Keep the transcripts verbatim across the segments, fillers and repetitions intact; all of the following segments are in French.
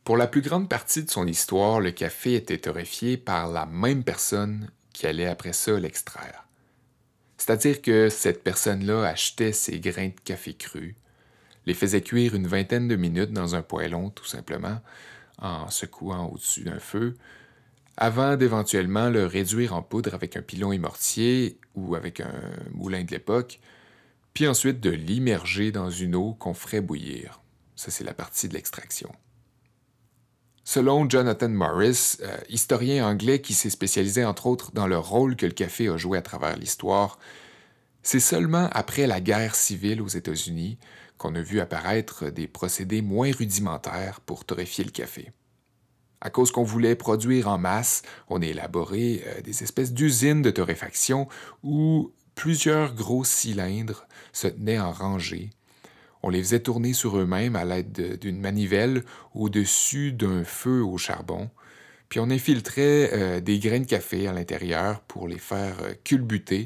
Pour la plus grande partie de son histoire, le café était torréfié par la même personne qui allait après ça l'extraire. C'est-à-dire que cette personne-là achetait ses grains de café crus, les faisait cuire une vingtaine de minutes dans un poêlon tout simplement, en secouant au-dessus d'un feu, avant d'éventuellement le réduire en poudre avec un pilon et mortier ou avec un moulin de l'époque, puis ensuite de l'immerger dans une eau qu'on ferait bouillir. Ça, c'est la partie de l'extraction. Selon Jonathan Morris, euh, historien anglais qui s'est spécialisé entre autres dans le rôle que le café a joué à travers l'histoire, c'est seulement après la guerre civile aux États-Unis qu'on a vu apparaître des procédés moins rudimentaires pour torréfier le café. À cause qu'on voulait produire en masse, on a élaboré euh, des espèces d'usines de torréfaction où plusieurs gros cylindres se tenaient en rangée. On les faisait tourner sur eux-mêmes à l'aide de- d'une manivelle au-dessus d'un feu au charbon, puis on infiltrait euh, des grains de café à l'intérieur pour les faire euh, culbuter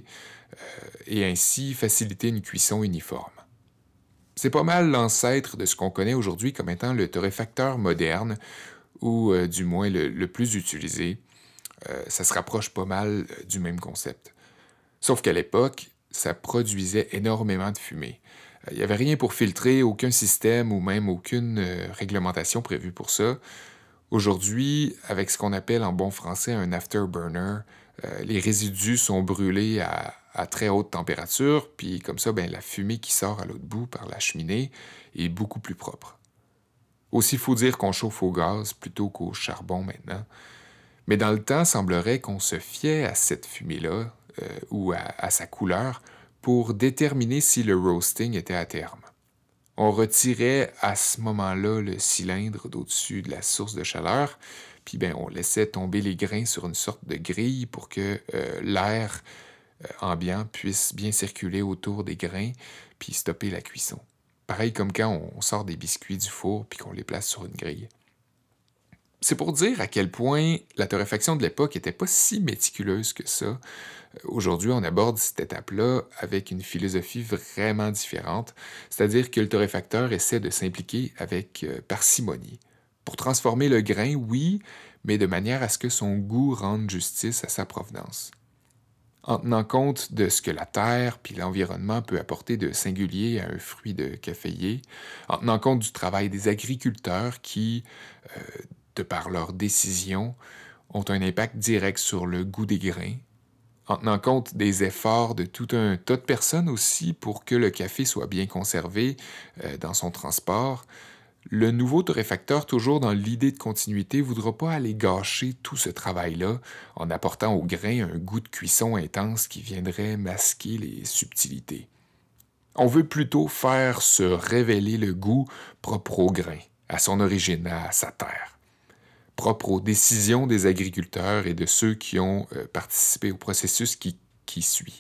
et ainsi faciliter une cuisson uniforme. C'est pas mal l'ancêtre de ce qu'on connaît aujourd'hui comme étant le torréfacteur moderne, ou euh, du moins le, le plus utilisé. Euh, ça se rapproche pas mal euh, du même concept. Sauf qu'à l'époque, ça produisait énormément de fumée. Euh, Il n'y avait rien pour filtrer, aucun système ou même aucune euh, réglementation prévue pour ça. Aujourd'hui, avec ce qu'on appelle en bon français un afterburner, euh, les résidus sont brûlés à, à très haute température, puis comme ça, ben, la fumée qui sort à l'autre bout par la cheminée est beaucoup plus propre. Aussi, il faut dire qu'on chauffe au gaz plutôt qu'au charbon maintenant. Mais dans le temps, semblerait qu'on se fiait à cette fumée-là, euh, ou à, à sa couleur, pour déterminer si le roasting était à terme. On retirait à ce moment-là le cylindre d'au-dessus de la source de chaleur, puis ben, on laissait tomber les grains sur une sorte de grille pour que euh, l'air euh, ambiant puisse bien circuler autour des grains, puis stopper la cuisson. Pareil comme quand on sort des biscuits du four puis qu'on les place sur une grille. C'est pour dire à quel point la torréfaction de l'époque n'était pas si méticuleuse que ça. Euh, Aujourd'hui, on aborde cette étape-là avec une philosophie vraiment différente, c'est-à-dire que le torréfacteur essaie de s'impliquer avec euh, parcimonie. Pour transformer le grain, oui, mais de manière à ce que son goût rende justice à sa provenance. En tenant compte de ce que la terre puis l'environnement peut apporter de singulier à un fruit de caféier, en tenant compte du travail des agriculteurs qui, euh, de par leurs décisions, ont un impact direct sur le goût des grains, en tenant compte des efforts de tout un tas de personnes aussi pour que le café soit bien conservé euh, dans son transport, le nouveau torréfacteur, toujours dans l'idée de continuité, ne voudra pas aller gâcher tout ce travail-là en apportant au grain un goût de cuisson intense qui viendrait masquer les subtilités. On veut plutôt faire se révéler le goût propre au grain, à son origine, à sa terre, propre aux décisions des agriculteurs et de ceux qui ont euh, participé au processus qui, qui suit.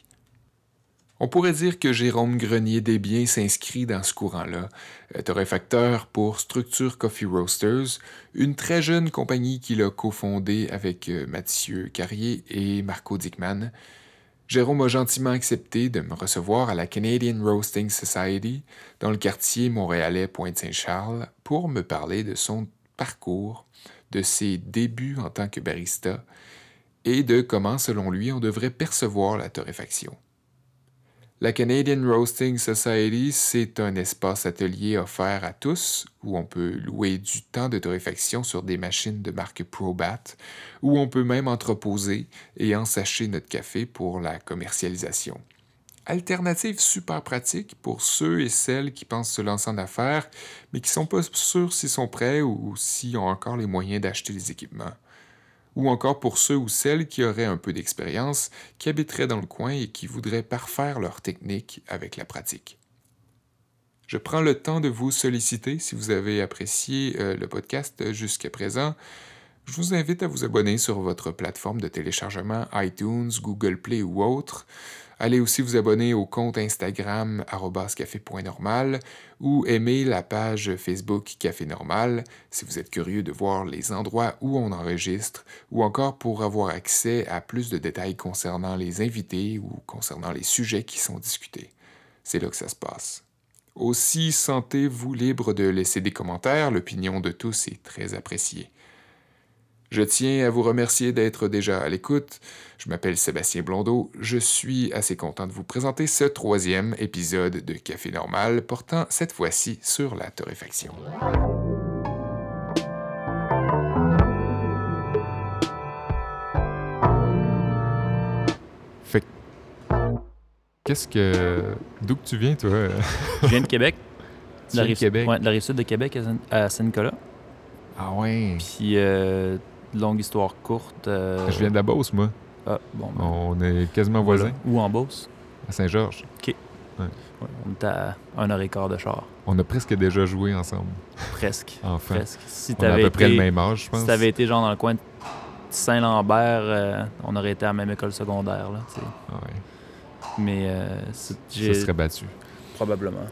On pourrait dire que Jérôme Grenier-Desbiens s'inscrit dans ce courant-là, euh, torréfacteur pour Structure Coffee Roasters, une très jeune compagnie qu'il a cofondée avec euh, Mathieu Carrier et Marco Dickman. Jérôme a gentiment accepté de me recevoir à la Canadian Roasting Society dans le quartier montréalais Pointe-Saint-Charles pour me parler de son parcours, de ses débuts en tant que barista et de comment, selon lui, on devrait percevoir la torréfaction. La Canadian Roasting Society, c'est un espace atelier offert à tous où on peut louer du temps de torréfaction sur des machines de marque Probat, où on peut même entreposer et ensacher notre café pour la commercialisation. Alternative super pratique pour ceux et celles qui pensent se lancer en affaires, mais qui sont pas sûrs s'ils sont prêts ou s'ils ont encore les moyens d'acheter les équipements. Ou encore pour ceux ou celles qui auraient un peu d'expérience, qui habiteraient dans le coin et qui voudraient parfaire leur technique avec la pratique. Je prends le temps de vous solliciter si vous avez apprécié euh, le podcast jusqu'à présent. Je vous invite à vous abonner sur votre plateforme de téléchargement iTunes, Google Play ou autre. Allez aussi vous abonner au compte Instagram arobase café point normal ou aimer la page Facebook Café Normal si vous êtes curieux de voir les endroits où on enregistre ou encore pour avoir accès à plus de détails concernant les invités ou concernant les sujets qui sont discutés. C'est là que ça se passe. Aussi, sentez-vous libre de laisser des commentaires, l'opinion de tous est très appréciée. Je tiens à vous remercier d'être déjà à l'écoute. Je m'appelle Sébastien Blondeau. Je suis assez content de vous présenter ce troisième épisode de Café Normal portant cette fois-ci sur la torréfaction. Fait que, qu'est-ce que... D'où que tu viens, toi? Je viens de Québec. Tu de la viens de rive, Québec? Ouais, de la rive sud de Québec à Saint- à Saint-Nicolas. Ah ouais? Puis, euh, longue histoire courte. euh, Je viens de la Beauce, moi. Ah, bon. ben, On est quasiment voilà. voisins, Ou en Beauce. à Saint-Georges. Ouais, on est à un heure et quart de char. On a presque déjà joué ensemble, Presque. enfin. Presque. Si On a à t'avais peu près le été, même âge, je pense. si t'avais été genre dans le coin de Saint-Lambert, euh, on aurait été à la même école secondaire, là, tu sais. Ah ouais. Mais euh, c'est- Ça j'ai... serait battu. Probablement.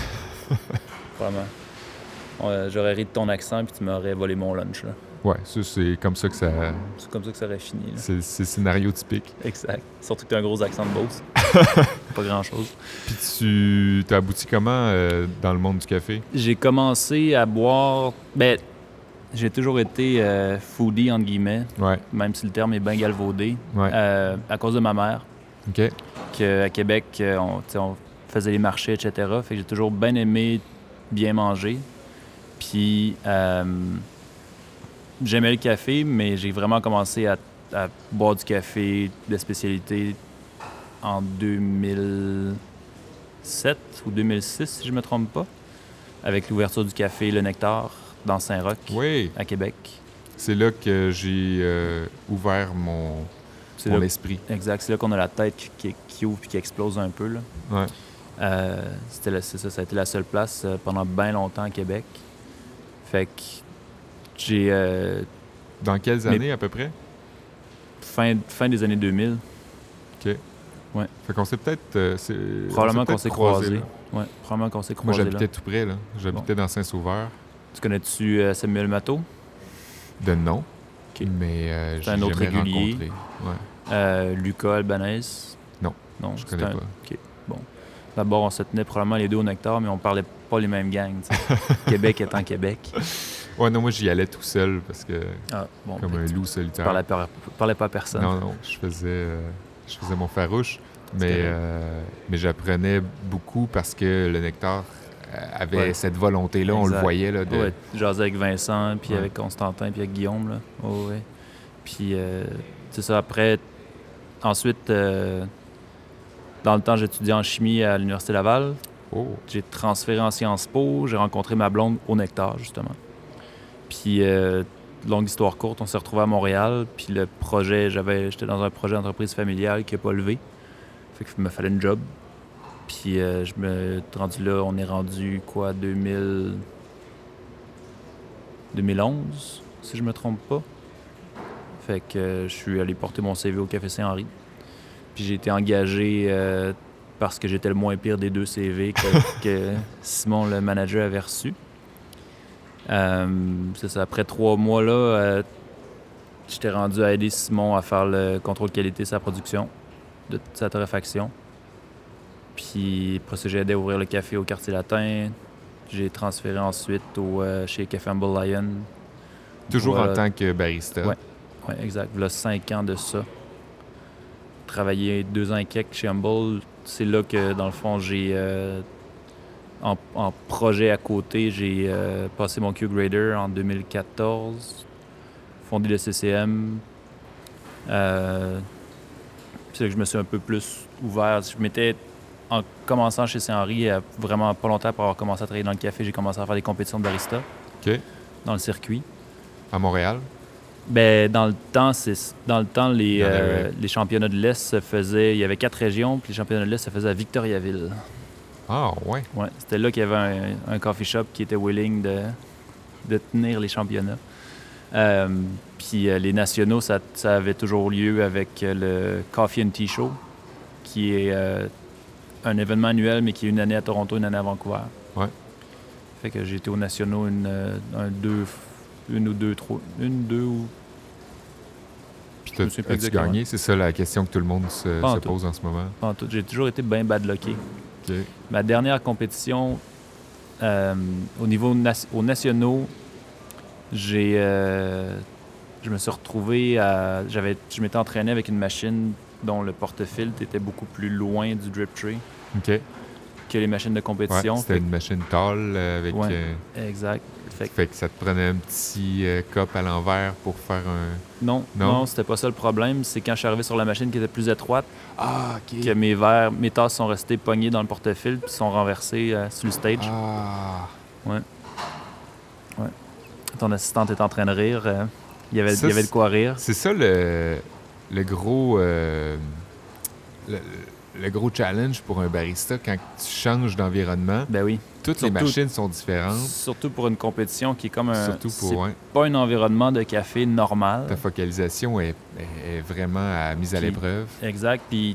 Vraiment. Euh, j'aurais ri de ton accent puis tu m'aurais volé mon lunch, là. Ouais, ça, c'est comme ça que ça... C'est comme ça que ça aurait fini, là. C'est c'est le scénario typique. Exact. Surtout que t'as un gros accent de Beauce. Pas grand-chose. Puis tu t'as abouti comment euh, dans le monde du café? J'ai commencé à boire... Ben, j'ai toujours été euh, foodie, entre guillemets, Ouais, même si le terme est bien galvaudé, ouais. euh, à cause de ma mère, OK. qu'à Québec, euh, on, tu sais, on faisait les marchés, et cetera. Fait que j'ai toujours bien aimé bien manger. Puis, euh, j'aimais le café, mais j'ai vraiment commencé à, à boire du café de spécialité en deux mille sept ou deux mille six, si je me trompe pas, avec l'ouverture du café Le Nectar dans Saint-Roch, Oui, à Québec. c'est là que j'ai euh, ouvert mon, C'est mon là, esprit. exact, c'est là qu'on a la tête qui, qui, qui ouvre et qui explose un peu, là. Ouais. Euh, c'était la- c'est ça, ça a été la seule place euh, pendant bien longtemps à Québec. Fait que j'ai... euh, Dans quelles Mais- années, à peu près? fin, fin des années deux mille, OK. Ouais. Fait qu'on s'est peut-être... euh, c'est- probablement on qu'on peut-être s'est croisés. là. Ouais, probablement qu'on s'est Moi, croisés là. j'habitais tout près, là. J'habitais dans Saint-Sauveur. Tu connais-tu euh, Samuel Matteau? De nom. OK. Mais euh, C'est j'ai un autre jamais régulier. rencontré. Ouais. Euh, Lucas Albanese? Non, Non, je c'est connais un- pas. OK, bon. D'abord, on se tenait probablement les deux au Nectar, mais on parlait pas les mêmes gangs, tu sais. Québec étant Québec. Ouais, non, moi, j'y allais tout seul parce que... Ah, bon, Comme ben, un tu loup solitaire. parlais, pas- parlais pas à personne. Non, non, je faisais, euh, je faisais mon farouche, mais, correct. euh, mais j'apprenais beaucoup parce que le Nectar euh, avait Ouais. cette volonté-là, on le Exact. voyait. Là, de... Ouais, jasais avec Vincent, puis Ouais. avec Constantin, puis avec Guillaume, là. Oh, ouais. Puis, euh, c'est ça, après... Ensuite, euh, dans le temps, j'étudiais en chimie à l'Université Laval. Oh, J'ai transféré en Sciences Po. J'ai rencontré ma blonde au Nectar, justement. Puis, euh, longue histoire courte, on s'est retrouvés à Montréal. Puis le projet, j'avais, j'étais dans un projet d'entreprise familiale qui n'a pas levé. Fait qu'il me fallait une job. Puis euh, je me suis rendu là, on est rendu quoi, deux mille... deux mille onze, si je me trompe pas. Fait que euh, je suis allé porter mon C V au Café Saint-Henri. Puis j'ai été engagé euh, parce que j'étais le moins pire des deux C V que, que Simon, le manager, avait reçu. Euh, c'est ça, après trois mois là, euh, j'étais rendu à aider Simon à faire le contrôle qualité de sa production, de sa torréfaction. Puis après ça, j'ai aidé à ouvrir le café au Quartier Latin. J'ai transféré ensuite au, euh, chez Café Humble Lion. toujours Voilà. en tant que barista. Ouais. Oui, exact. Il y a cinq ans de ça. Travaillé deux ans et quelques chez Humble. C'est là que, dans le fond, j'ai... euh, en, en projet à côté, j'ai euh, passé mon Q-Grader en deux mille quatorze. Fondé le C C M. Euh, c'est là que je me suis un peu plus ouvert. Je m'étais... En commençant chez Saint-Henri, euh, vraiment pas longtemps après avoir commencé à travailler dans le café, j'ai commencé à faire des compétitions de barista OK. dans le circuit. À Montréal. Ben, dans le temps, c'est dans le temps les, Il y en euh, avait. les championnats de l'Est se faisaient. Il y avait quatre régions, puis les championnats de l'Est se faisaient à Victoriaville. Ah, ouais. Ouais, c'était là qu'il y avait un, un coffee shop qui était willing de, de tenir les championnats. Euh, puis euh, les nationaux, ça, ça avait toujours lieu avec euh, le Coffee and Tea Show, qui est euh, un événement annuel, mais qui est une année à Toronto, une année à Vancouver. Ouais. Fait que j'ai été aux nationaux une, euh, un, deux, une ou deux, trois, une, deux ou... Puis Je me t'as- souviens plus as-tu exactement. gagné? C'est ça la question que tout le monde se, Pas en se tout. pose en ce moment. En tout, j'ai toujours été bien bad lucké. OK. Ma dernière compétition, Euh, au niveau na- aux nationaux, j'ai, euh, je me suis retrouvé à... J'avais, je m'étais entraîné avec une machine dont le porte-filtre était beaucoup plus loin du drip tray OK. que les machines de Ouais, compétition. c'était Fait une machine tall euh, avec... Ouais, euh, exact. Fait que fait que ça te prenait un petit euh, cup à l'envers pour faire un... non, Non? non, c'était pas ça le problème. C'est quand je suis arrivé sur la machine qui était plus étroite, Ah, OK. que mes verres, mes tasses sont restées poignées dans le porte-filtre puis sont renversées euh, sur le stage. Ah... Ouais. Ouais. Ton assistante est en train de rire. euh, il y avait, Ça, il y avait de c'est- quoi rire. C'est ça le, le gros... euh, le, le gros challenge pour un barista quand tu changes d'environnement. Ben oui. Toutes les Surtout- machines sont différentes. Surtout pour une compétition qui est comme un... Surtout c'est pour... hein, pas un environnement de café normal. ta focalisation est, est- est vraiment à, mise à Puis- l'épreuve. Exact. Puis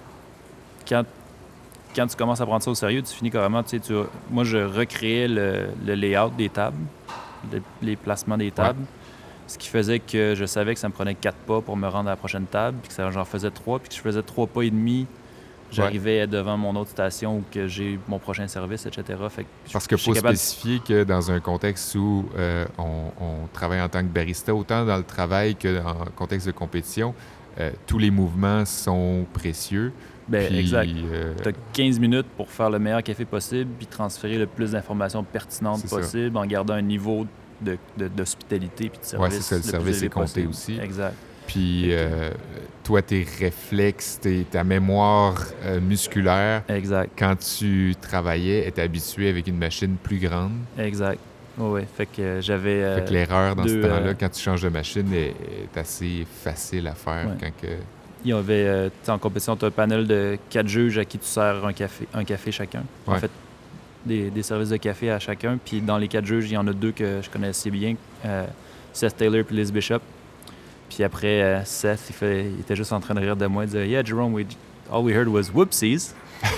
quand, quand tu commences à prendre ça au sérieux, tu finis carrément, tu sais, tu, moi, je recréais le, le layout des tables, le- les placements des tables, ce qui faisait que je savais que ça me prenait quatre pas pour me rendre à la prochaine table, puis que ça, j'en faisais trois, puis que je faisais trois pas et demi, j'arrivais devant mon autre station ou que j'ai mon prochain service, et cetera. Fait que Parce qu'il je faut suis capable- spécifier que dans un contexte où euh, on, on travaille en tant que barista, autant dans le travail qu'en contexte de compétition, euh, tous les mouvements sont précieux. Ben, Puis, exact. euh, Tu as quinze minutes pour faire le meilleur café possible puis transférer le plus d'informations pertinentes C'est ça. possible en gardant un niveau de, de- d'hospitalité puis de service. Ouais, c'est ça, le plus service élevé est compté possible. aussi. Exact. Puis euh, toi, tes réflexes, tes- ta mémoire euh, musculaire, Exact. quand tu travaillais, était habituée avec une machine plus grande. Exact. Oui, ouais. Fait que euh, j'avais. euh, fait que l'erreur dans deux, ce temps-là, euh, quand tu changes de machine, est, est assez facile à faire. Ouais. Quand que... il y avait, euh, tu sais, en compétition, tu as un panel de quatre juges à qui tu sers un café, un café chacun. En Ouais. fait, des, des services de café à chacun. Puis dans les quatre juges, il y en a deux que je connais assez bien, euh, Seth Taylor et Liz Bishop. Puis après, euh, Seth, il, fait, il était juste en train de rire de moi. Il disait « Yeah, Jerome, we, all we heard was whoopsies. »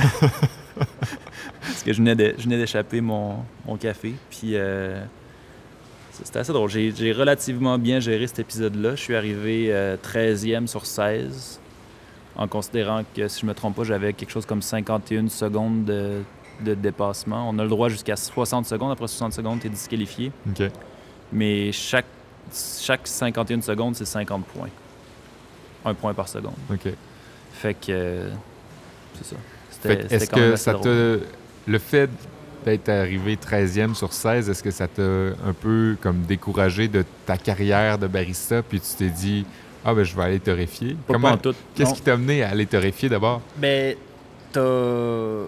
Parce que je venais, de, je venais d'échapper mon, mon café. Puis euh, c'était assez drôle. J'ai, j'ai relativement bien géré cet épisode-là. Je suis arrivé euh, treizième sur seize, en considérant que, si je me trompe pas, j'avais quelque chose comme cinquante et une secondes de, de dépassement. On a le droit jusqu'à soixante secondes. Après soixante secondes, tu es disqualifié. OK. Mais chaque, chaque cinquante et une secondes, c'est cinquante points. Un point par seconde. OK. Fait que... euh, c'est ça. C'était, Fait que c'était est-ce quand même que assez ça drôle. te... Le fait d'être arrivé treizième sur seize, est-ce que ça t'a un peu comme découragé de ta carrière de barista, puis tu t'es dit « Ah, ben je vais aller torréfier ». Pas Comment... pantoute, Qu'est-ce non. qui t'a amené à aller torréfier d'abord? Ben, t'as...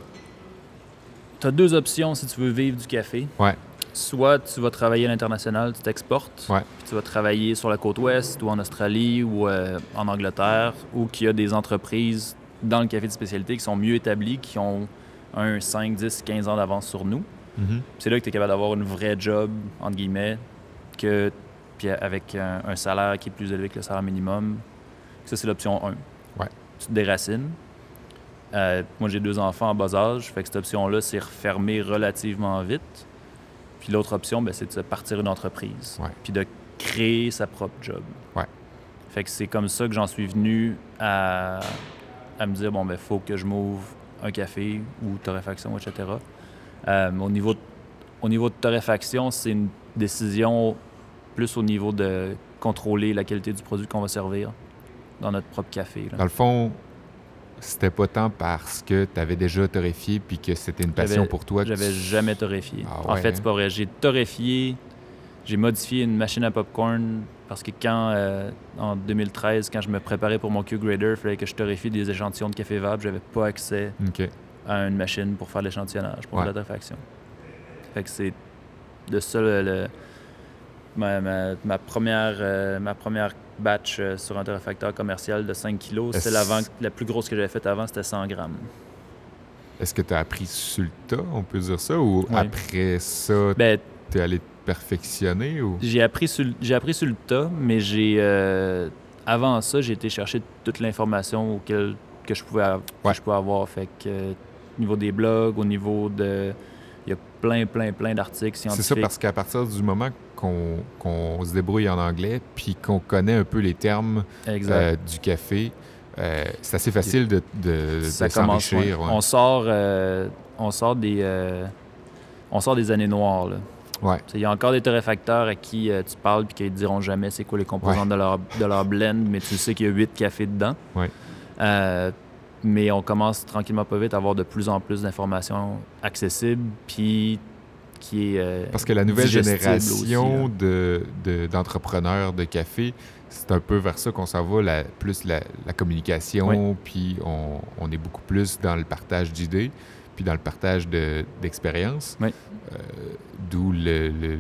T'as deux options si tu veux vivre du café. Ouais. Soit tu vas travailler à l'international, tu t'exportes, Ouais. puis tu vas travailler sur la côte ouest ou en Australie ou euh, en Angleterre, ou qu'il y a des entreprises dans le café de spécialité qui sont mieux établies, qui ont un cinq, dix, quinze ans d'avance sur nous. Mhm. C'est là que tu es capable d'avoir une vraie job, entre guillemets, que, puis avec un, un salaire qui est plus élevé que le salaire minimum. Ça, c'est l'option un. Ouais. Tu te déracines. Euh, moi, j'ai deux enfants en bas âge, fait que cette option-là, c'est refermée relativement vite. Puis l'autre option, ben, c'est de se partir une entreprise, Ouais. puis de créer sa propre job. Ouais. Fait que c'est comme ça que j'en suis venu à, à me dire, bon, ben, faut que je m'ouvre un café ou torréfaction, et cetera. Euh, au, niveau de, au niveau de torréfaction, c'est une décision plus au niveau de contrôler la qualité du produit qu'on va servir dans notre propre café. Là. Dans le fond, c'était pas tant parce que tu avais déjà torréfié puis que c'était une passion J'avais- pour toi. que J'avais tu- jamais torréfié. Ah En ouais, fait, hein? c'est pas vrai. J'ai torréfié, j'ai modifié une machine à popcorn parce que quand, euh, en deux mille treize, quand je me préparais pour mon Q-Grader, il fallait que je torréfie des échantillons de café vape. J'avais pas accès OK. à une machine pour faire de l'échantillonnage, pour Ouais. de la torréfaction. Fait que c'est de ça le, le- ma, ma, ma première, euh, ma première batch euh, sur un torréfacteur commercial de cinq kilos. Est-ce- C'est la, vente- la plus grosse que j'avais faite avant, c'était cent grammes. Est-ce que tu as appris sur le tas, on peut dire ça, ou Ouais. après ça, Ben, tu es allé te perfectionner? Ou... J'ai appris sur, le- j'ai appris sur le tas, mais j'ai euh, avant ça, j'ai été chercher toute l'information auquel que je pouvais av- que Ouais. je pouvais avoir. Fait que euh, au niveau des blogs, au niveau de, il y a plein, plein, plein d'articles C'est scientifiques. ça, parce qu'à partir du moment qu'on qu'on se débrouille en anglais, puis qu'on connaît un peu les termes Exact. euh, du café, euh, c'est assez facile de, de, Ça de commence. s'enrichir. ouais. ouais. On sort, euh, on sort des, euh, on sort des années noires, là. Ouais. Il y a encore des torréfacteurs à qui euh, tu parles puis qui ne diront jamais c'est quoi les composantes Ouais. de, leur, de leur blend, mais tu sais qu'il y a huit cafés dedans. Ouais. Euh, mais on commence tranquillement pas vite à avoir de plus en plus d'informations accessibles puis qui est euh, Parce que la nouvelle génération aussi, de, de, d'entrepreneurs de café, c'est un peu vers ça qu'on s'en va, la, plus la, la communication, oui. Puis on, on est beaucoup plus dans le partage d'idées, puis dans le partage de, d'expériences. Oui. Euh, d'où le, le,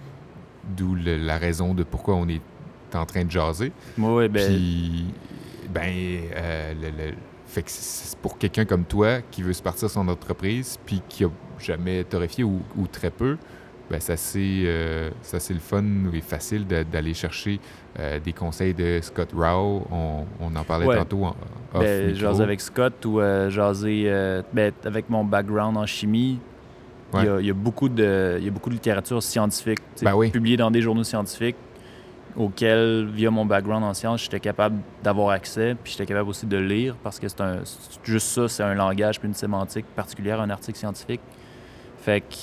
d'où le, la raison de pourquoi on est en train de jaser. Oui, ben... Puis, ben, euh, le, le, fait que c'est pour quelqu'un comme toi qui veut se partir son entreprise, puis qui a jamais torréfié ou, ou très peu, ben ça c'est euh, ça c'est le fun et facile de, d'aller chercher euh, des conseils de Scott Rao. On, on en parlait ouais. tantôt en off ben, micro. Jaser avec Scott ou euh, jaser euh, ben, avec mon background en chimie. Il ouais. y, y a beaucoup de il y a beaucoup de littérature scientifique ben oui. publiée dans des journaux scientifiques auxquels, via mon background en sciences, j'étais capable d'avoir accès, puis j'étais capable aussi de lire, parce que c'est un c'est juste ça, c'est un langage puis une sémantique particulière, un article scientifique. Fait que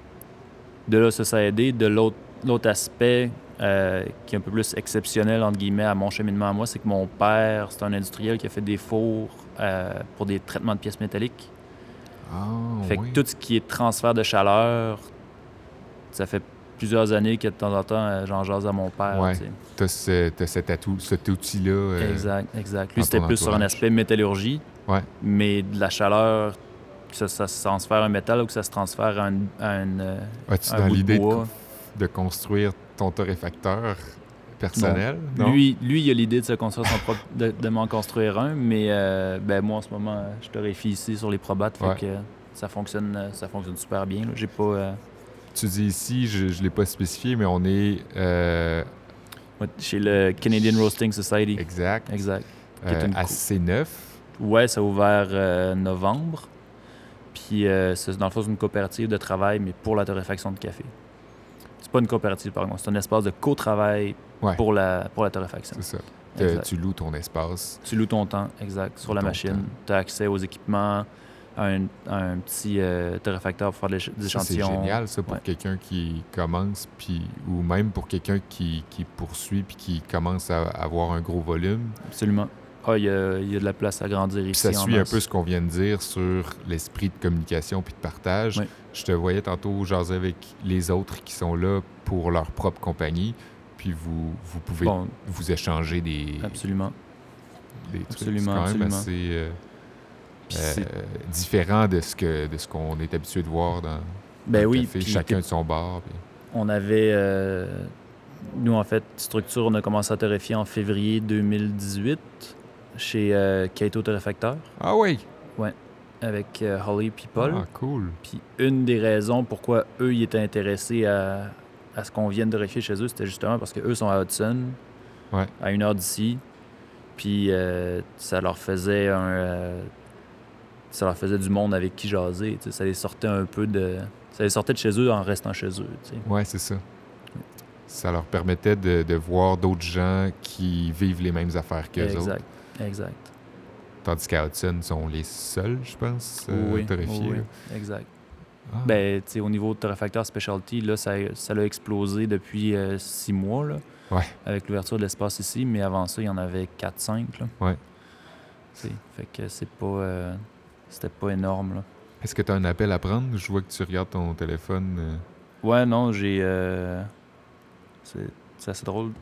de là, ça, ça a aidé. De l'autre, l'autre aspect euh, qui est un peu plus exceptionnel, entre guillemets, à mon cheminement à moi, c'est que mon père, c'est un industriel qui a fait des fours euh, pour des traitements de pièces métalliques. Oh, fait oui. que tout ce qui est transfert de chaleur, ça fait plusieurs années que de temps en temps, j'en jase à mon père. Ouais. Tu as ce, cet, atout, cet outil-là. Euh, exact, exact. Lui, c'était plus sur un aspect métallurgie, ouais. mais de la chaleur, que ça, ça se transfère un métal ou que ça se transfère à, un, à une, As-tu un dans bout l'idée de, bois. De, de construire ton torréfacteur personnel? Non. Non? Lui, lui, il a l'idée de se construire son propre, de, de m'en construire un, mais euh, ben, moi, en ce moment, je torréfie ici sur les probates, fait ouais. que ça fonctionne, ça fonctionne super bien. Là. J'ai pas... Euh... Tu dis ici, je ne l'ai pas spécifié, mais on est... Euh... Chez le Canadian Roasting Society. Exact. Exact. Euh, à C neuf. Ouais, ça a ouvert euh, novembre. Puis, euh, c'est, dans le fond, c'est une coopérative de travail, mais pour la torréfaction de café. C'est pas une coopérative, par contre. C'est un espace de co-travail ouais. pour, la, pour la torréfaction. C'est ça. Te, tu loues ton espace. Tu loues ton temps, exact, sur la machine. Tu as accès aux équipements, à un, à un petit euh, torréfacteur pour faire des échantillons. Ça, c'est génial, ça, pour ouais. quelqu'un qui commence, puis, ou même pour quelqu'un qui, qui poursuit puis qui commence à avoir un gros volume. Absolument. Ah, il y a, y a de la place à grandir ici. Ça suit un peu ce qu'on vient de dire sur l'esprit de communication puis de partage. Oui. Je te voyais tantôt jaser avec les autres qui sont là pour leur propre compagnie, puis vous, vous pouvez bon. vous échanger des... Absolument. Des trucs. Absolument, c'est quand absolument. même assez euh, euh, différent de ce, que, de ce qu'on est habitué de voir dans, ben dans oui, le café, chacun de son bar. Puis... On avait... Euh, nous, en fait, Structure, on a commencé à torréfier en février deux mille dix-huit. Chez euh, Kaito Torréfacteur. Ah oui? Oui, avec euh, Holly puis Paul. Ah, cool. Puis une des raisons pourquoi eux, ils étaient intéressés à, à ce qu'on vienne torréfier chez eux, c'était justement parce qu'eux sont à Hudson, ouais. à une heure d'ici. Puis euh, ça leur faisait un... Euh, ça leur faisait du monde avec qui jaser. T'sais. Ça les sortait un peu de... Ça les sortait de chez eux en restant chez eux. Oui, c'est ça. Ça leur permettait de, de voir d'autres gens qui vivent les mêmes affaires qu'eux autres. Exact. Exact. Tandis qu'à Hudson, ils sont les seuls, je pense, euh, oui, torréfiés. Oui, exact. Ah. Ben, tu sais, au niveau de torréfacteur specialty, là, ça, ça a explosé depuis euh, six mois, là, ouais. avec l'ouverture de l'espace ici, mais avant ça, il y en avait quatre cinq, là. Ouais. T'sais, fait que c'est pas... Euh, c'était pas énorme, là. Est-ce que tu as un appel à prendre? Je vois que tu regardes ton téléphone. Euh... Ouais, non, j'ai... Euh, c'est, c'est assez drôle.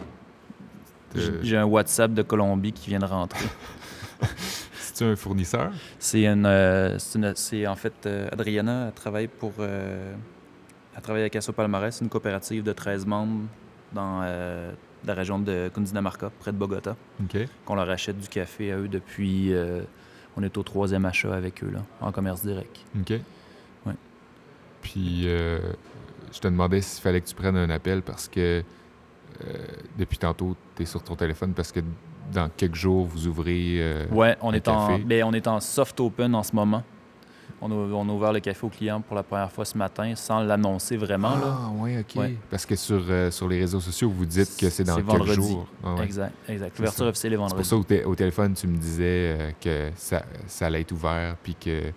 De... J'ai un WhatsApp de Colombie qui vient de rentrer. C'est-tu un fournisseur? C'est une, euh, c'est, une, c'est en fait euh, Adriana, elle travaille pour euh, elle travaille avec Asso Palmarès, une coopérative de treize membres dans euh, la région de Cundinamarca, près de Bogota. OK. Qu'on leur achète du café à eux depuis euh, on est au troisième achat avec eux là, en commerce direct. OK. Ouais. Puis euh, je te demandais s'il fallait que tu prennes un appel parce que Euh, depuis tantôt, tu es sur ton téléphone parce que dans quelques jours, vous ouvrez euh, ouais, on un est café. En, ben, on est en soft open en ce moment. On a, on a ouvert le café aux clients pour la première fois ce matin sans l'annoncer vraiment. Ah, là. oui, OK. Ouais. Parce que sur, euh, sur les réseaux sociaux, vous dites que c'est dans c'est quelques vendredi. jours. Ah, ouais. Exact, exact. L'ouverture officielle est vendredi. C'est pour ça qu'au t- au téléphone, tu me disais euh, que ça, ça allait être ouvert puis que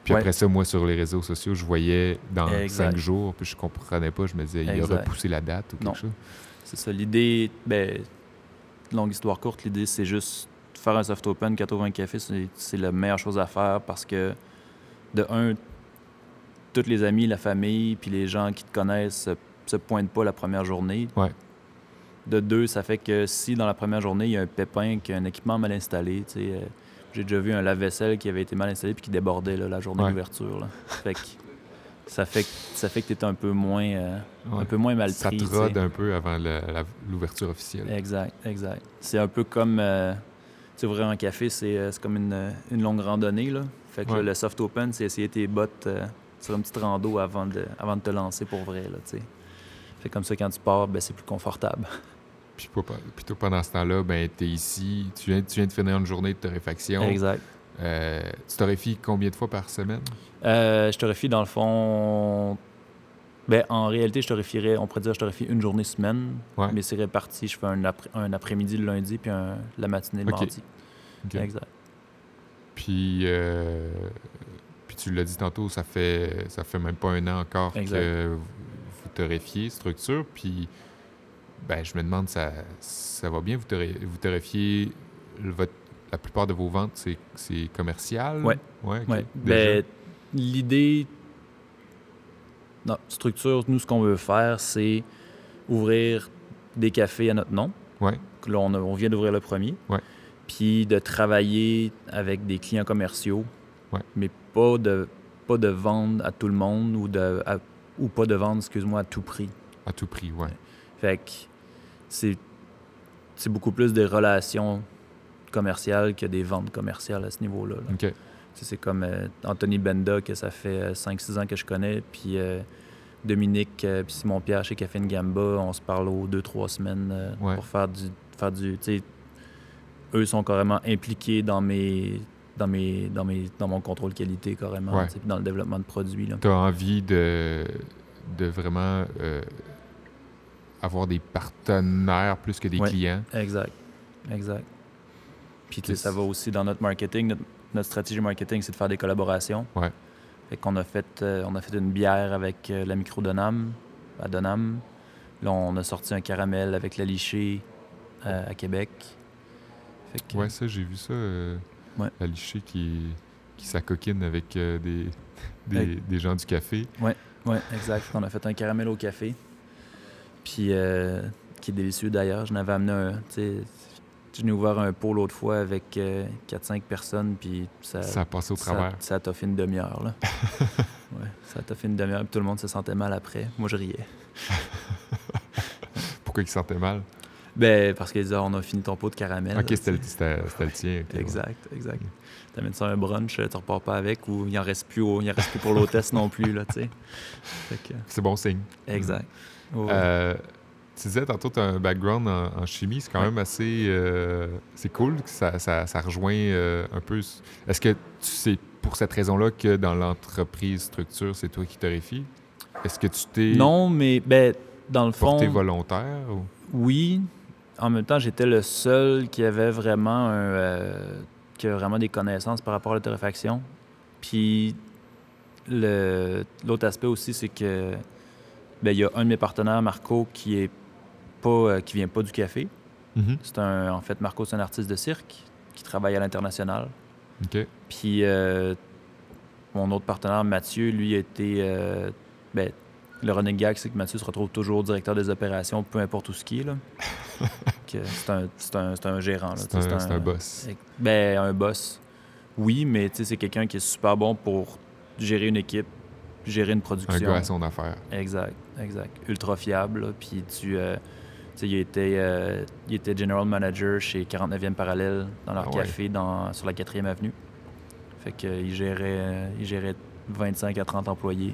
Puis Ouais. après ça, moi, sur les réseaux sociaux, je voyais dans Exact. cinq jours, puis je comprenais pas. Je me disais, il a Exact. repoussé la date ou quelque Non. chose. C'est ça. L'idée, ben, longue histoire courte, l'idée, c'est juste faire un soft open, quatre-vingts cafés, c'est, c'est la meilleure chose à faire parce que, de un, tous les amis, la famille, puis les gens qui te connaissent se, se pointent pas la première journée. Ouais. De deux, ça fait que si dans la première journée, il y a un pépin, qu'il y a un équipement mal installé, tu sais, euh, j'ai déjà vu un lave-vaisselle qui avait été mal installé puis qui débordait là, la journée Ouais. d'ouverture. Là. Fait que ça fait que ça fait que t'es un peu moins euh, Ouais. un peu moins mal Ça pris. te tu sais. rôde un peu avant le- la- l'ouverture officielle. Exact, exact. C'est un peu comme euh, tu sais, ouvrir un café, c'est, euh, c'est comme une, une longue randonnée là. Fait que Ouais. là, le soft open, c'est essayer tes bottes euh, sur une petite rando avant de avant de te lancer pour vrai là, tu sais. Fait comme ça quand tu pars, ben c'est plus confortable. Puis, pas- puis toi, pendant ce temps-là, ben, t'es ici, tu viens, tu viens de finir une journée de torréfaction. Exact. Euh, tu torréfies combien de fois par semaine? Euh, je torréfie dans le fond. Ben, en réalité, je torréfierais, on pourrait dire, je torréfie une journée semaine, Ouais. mais c'est réparti. Je fais un, après- un après-midi le lundi, puis un, la matinée le Ok. mardi. Ok. Exact. Puis, euh, puis tu l'as dit tantôt, ça fait, ça fait même pas un an encore Exact. que vous, vous torréfiez structure. Puis, ben, je me demande, ça, ça va bien, vous, torré- vous torréfiez le- votre, la plupart de vos ventes, c'est, c'est commercial? Ouais. Ouais, ok. Ouais. Déjà? Ben, l'idée. Non, structure, nous, ce qu'on veut faire, c'est ouvrir des cafés à notre nom. Ouais. Là, on, a- on vient d'ouvrir le premier. Ouais. Puis de travailler avec des clients commerciaux, Ouais. mais pas de, pas de vendre à tout le monde ou, de, à- ou pas de vendre, excuse-moi, à tout prix. À tout prix, ouais. Fait que c'est, c'est beaucoup plus des relations commerciales que des ventes commerciales à ce niveau-là. là. OK. Tu sais, c'est comme euh, Anthony Benda, que ça fait cinq six ans que je connais, puis euh, Dominique, euh, puis Simon-Pierre chez Café Ngamba, on se parle aux deux trois semaines euh, Ouais. pour faire du... Faire du tu sais, eux sont carrément impliqués dans mes... Dans, mes, dans, mes, dans mon contrôle qualité, carrément, Ouais. tu sais, puis dans le développement de produits. Là. Tu as envie de, de vraiment euh, avoir des partenaires plus que des Ouais. clients. Exact. Exact. Puis, tu sais, Qu'est-ce- ça va aussi dans notre marketing. Notre, notre stratégie marketing, c'est de faire des collaborations. Ouais. Fait qu'on a fait, euh, on a fait une bière avec euh, la micro Donham, à Donham. Là, on a sorti un caramel avec la lichée euh, à Québec. Fait que, Ouais, ça, j'ai vu ça. euh, Ouais. La lichée qui, qui s'acoquine avec euh, des, des, Avec- des gens du café. ouais, exact. On a fait un caramel au café. Puis, euh, qui est délicieux d'ailleurs. Je n'avais amené un. Tu sais, je n'ai ouvert un pot l'autre fois avec euh, quatre cinq personnes. Puis, ça, Ça a passé au ça, travers. ça a toffé une demi-heure. Là. Ouais, ça a toffé une demi-heure. Puis tout le monde se sentait mal après. Moi, je riais. Pourquoi il se sentait mal? Ben, parce qu'ils disaient, on a fini ton pot de caramel. Ok, là, c'était le, tu sais. c'était, c'était le tien. ok, ouais. Exact, exact. T'amènes ça à un brunch, tu repars pas avec ou il en reste plus, au- il en reste plus pour l'hôtesse non plus, là, tu sais. Fait que, C'est bon signe. exact. Ouais, ouais. Euh, tu disais tantôt, tu as un background en, en chimie, c'est quand Ouais. même assez... euh, c'est cool, que ça, ça, ça rejoint euh, un peu... Est-ce que tu sais pour cette raison-là que dans l'entreprise structure, c'est toi qui torréfies? Est-ce que tu t'es Non, mais ben, dans le fond, porté volontaire? Ou... oui. En même temps, j'étais le seul qui avait vraiment un, euh, qui a vraiment des connaissances par rapport à la torréfaction. Puis le, l'autre aspect aussi, c'est que ben, il y a un de mes partenaires, Marco, qui est pas, euh, qui vient pas du café. Mhm. C'est un, en fait, Marco, c'est un artiste de cirque qui travaille à l'international. OK. Puis euh, mon autre partenaire, Mathieu, lui, a été... euh, ben, le running gag, c'est que Mathieu se retrouve toujours directeur des opérations, peu importe où ce qui est. Là. Que c'est, un, c'est, un, c'est un gérant. Là, C'est, tu sais, un, c'est un boss. Ben, un boss. Oui, mais tu sais, c'est quelqu'un qui est super bon pour gérer une équipe, gérer une Un production. gars à son affaire. Exact, exact. Ultra fiable. Là. Puis tu... euh, tu sais, il était, euh, il était general manager chez quarante-neuvième Parallèle dans leur Ah ouais. café dans, sur la quatrième avenue. Fait qu'il gérait, euh, il gérait vingt-cinq à trente employés.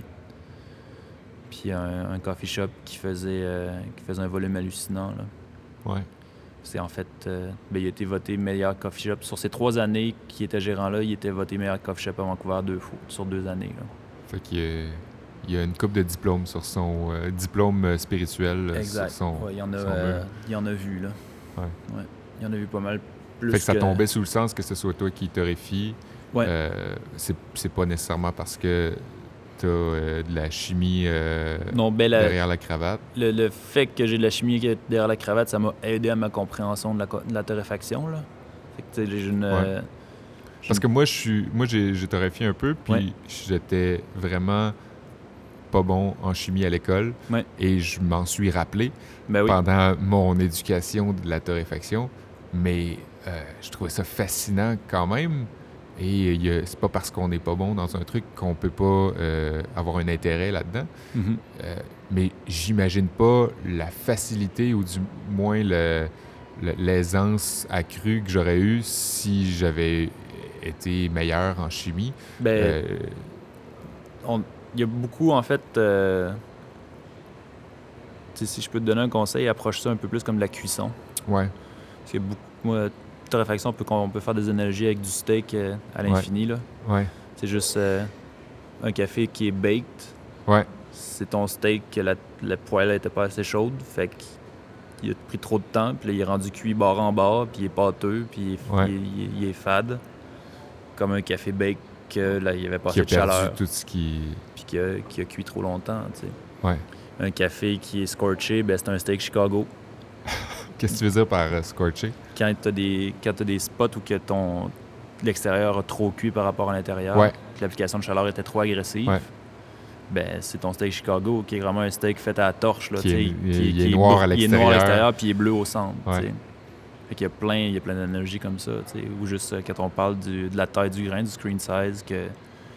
Puis un, un coffee shop qui faisait, euh, qui faisait un volume hallucinant. Là. Ouais. C'est en fait... euh, ben, il a été voté meilleur coffee shop. Sur ces trois années qu'il était gérant-là, il était voté meilleur coffee shop à Vancouver deux fois, sur deux années. Là. Fait qu'il y a, il y a une coupe de diplômes sur son... euh, diplôme euh, spirituel euh, Exact. sur son... Ouais, il y en a, son euh, mur. il y en a vu, là. Ouais. Ouais. Il y en a vu pas mal plus Fait que ça que- tombait sous le sens que ce soit toi qui torréfie, Ouais. Euh, c'est, c'est pas nécessairement parce que t'as euh, de la chimie euh, Non, ben la- derrière la cravate. le, le fait que j'ai de la chimie derrière la cravate, ça m'a aidé à ma compréhension de la, co- de la torréfaction, là. Fait que, tu sais, j'ai une... Ouais. euh, j'ai Parce une- que moi, je suis, moi j'ai, j'ai torréfié un peu, puis Ouais. j'étais vraiment pas bon en chimie à l'école. Ouais. Et je m'en suis rappelé Ben oui. pendant mon éducation de la torréfaction. Mais euh, je trouvais ça fascinant quand même. Et il y a- c'est pas parce qu'on n'est pas bon dans un truc qu'on peut pas euh, avoir un intérêt là-dedans. Mhm. Euh, mais j'imagine pas la facilité ou du moins le, le- l'aisance accrue que j'aurais eue si j'avais été meilleur en chimie. Ben, Euh, on- il y a beaucoup, en fait... euh, tu sais, si je peux te donner un conseil, approche ça un peu plus comme de la cuisson. ouais, Parce que beaucoup... Moi, torréfaction, on peut, on peut faire des analogies avec du steak euh, à l'infini, là. ouais, C'est juste euh, un café qui est baked. ouais, C'est ton steak que la, la poêle n'était pas assez chaude, fait qu'il a pris trop de temps, puis là, il est rendu cuit bord en bord, puis il est pâteux, puis il est, Ouais. il est- il est- il est fade. Comme un café bake que là, il avait pas qui assez a de perdu chaleur, tout ce qui... puis qui a, qui a cuit trop longtemps, tu sais. Ouais. Un café qui est scorché, ben c'est un steak Chicago. Qu'est-ce que tu veux dire par euh, scorché? Quand t'as des, quand t'as des spots où que ton l'extérieur a trop cuit par rapport à l'intérieur, Ouais. que l'application de chaleur était trop agressive, Ouais. ben c'est ton steak Chicago qui est vraiment un steak fait à la torche. Là, Qui est- tu sais, il est- il est br- noir à Il est l'extérieur. noir à l'extérieur puis il est bleu au centre. Ouais. tu sais. Fait qu'il y a plein, il y a plein d'analogies comme ça. tu sais. Ou juste euh, quand on parle du- de la taille du grain, du screen size, que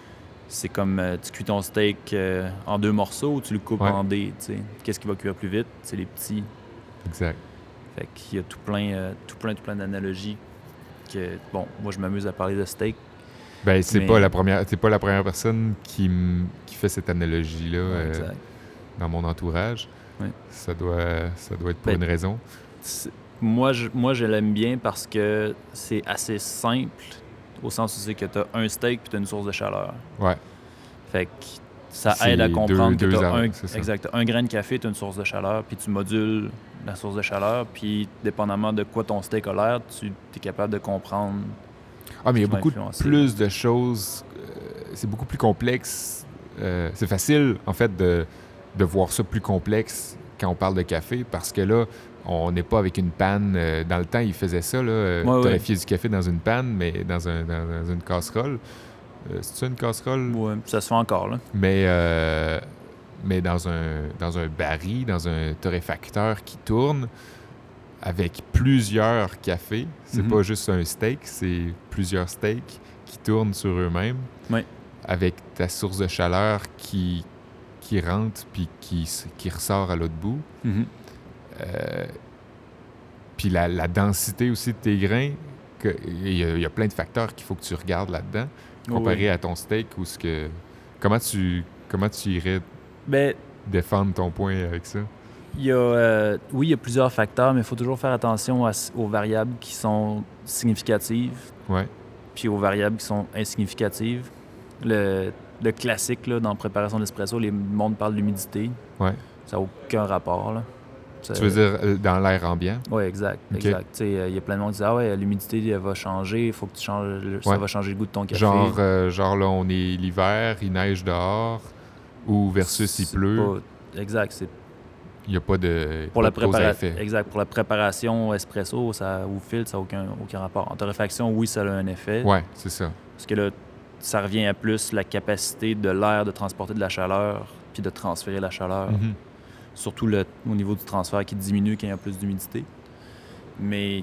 c'est comme euh, tu cuis ton steak euh, en deux morceaux ou tu le coupes Ouais. en dés. tu sais. Qu'est-ce qui va cuire plus vite? C'est les petits. Exact. Fait qu'il y a tout plein, euh, tout plein, tout plein d'analogies que, bon, moi je m'amuse à parler de steak. Ben, c'est Mais- pas la première, t'es pas la première personne qui, m- qui fait cette analogie-là euh, Exact. dans mon entourage. Ouais. Ça doit, ça doit être pour Ben, une raison. C'est- Moi, je, moi, je l'aime bien parce que c'est assez simple, au sens où c'est que tu as un steak puis tu as une source de chaleur. Ouais. Fait que ça C'est aide à comprendre deux- que deux tu as ar- un, c'est ça. exact, un grain de café, tu as une source de chaleur, puis tu modules la source de chaleur, puis dépendamment de quoi ton steak a l'air, tu es capable de comprendre. Ah, mais il y a qui va beaucoup influencer. plus de choses. euh, c'est beaucoup plus complexe. Euh, c'est facile, en fait, de, de voir ça plus complexe quand on parle de café, parce que là, on n'est pas avec une panne. euh, dans le temps, ils faisaient ça, là. Euh, Ouais, ouais. torréfier du café dans une panne, mais dans, un, dans, dans une casserole. Euh, c'est ça, une casserole? Ouais, ça se fait encore, là. Mais, euh, mais dans, un, dans un baril, dans un torréfacteur qui tourne, avec plusieurs cafés. C'est Mhm. pas juste un steak, c'est plusieurs steaks qui tournent sur eux-mêmes. Ouais. Avec ta source de chaleur qui, qui rentre puis qui, s- qui ressort à l'autre bout. Mhm. Euh, puis la, la densité aussi de tes grains, que- il y, a- il y a plein de facteurs qu'il faut que tu regardes là-dedans, comparé Oui. à ton steak ou ce que... Comment tu, comment tu irais Ben, défendre ton point avec ça? il y a, euh, oui, il y a plusieurs facteurs, mais il faut toujours faire attention à s- aux variables qui sont significatives Ouais, puis aux variables qui sont insignificatives. Le, le classique, là, dans la préparation de l'espresso, les monde parle d'humidité. ouais. Ça n'a aucun rapport, là. Ça- Tu veux dire euh, dans l'air ambiant? Oui, exact, Ok. exact. Tu sais, euh, il y a plein de monde qui dit « Ah ouais, l'humidité elle va changer, il faut que tu changes, le- ça Ouais. va changer le goût de ton café. » Genre, euh, genre là, on est l'hiver, il neige dehors, ou versus il C'est pleut, pas- Exact, c'est il n'y a pas de, pour pas la de cause à préparation. effet. Exact, pour la préparation espresso ça, ou filtre, ça n'a aucun, aucun rapport. En torréfaction, oui, ça a un effet. Ouais, c'est ça. Parce que là, ça revient à plus la capacité de l'air de transporter de la chaleur puis de transférer la chaleur. Mhm. Surtout le, au niveau du transfert qui diminue quand il y a plus d'humidité. Mais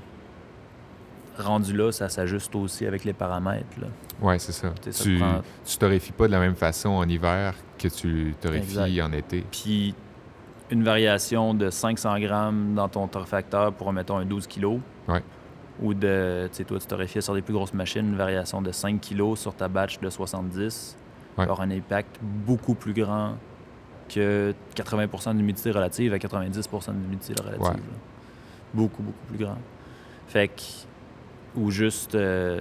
rendu là, ça s'ajuste aussi avec les paramètres. Là. Ouais, c'est ça. Tu sais, ça Tu, prend- tu torréfies pas de la même façon en hiver que tu torréfies Exact. en été. Puis une variation de cinq cents grammes dans ton torréfacteur pour, mettons, un douze kilos. Ouais. Ou de, tu sais, toi, tu torréfiais sur des plus grosses machines, une variation de cinq kilos sur ta batch de soixante-dix. Ouais. Aura un impact beaucoup plus grand que quatre-vingts pour cent d'humidité relative à quatre-vingt-dix pour cent d'humidité relative. Ouais. là. Beaucoup, beaucoup plus grand. Fait que, ou juste euh,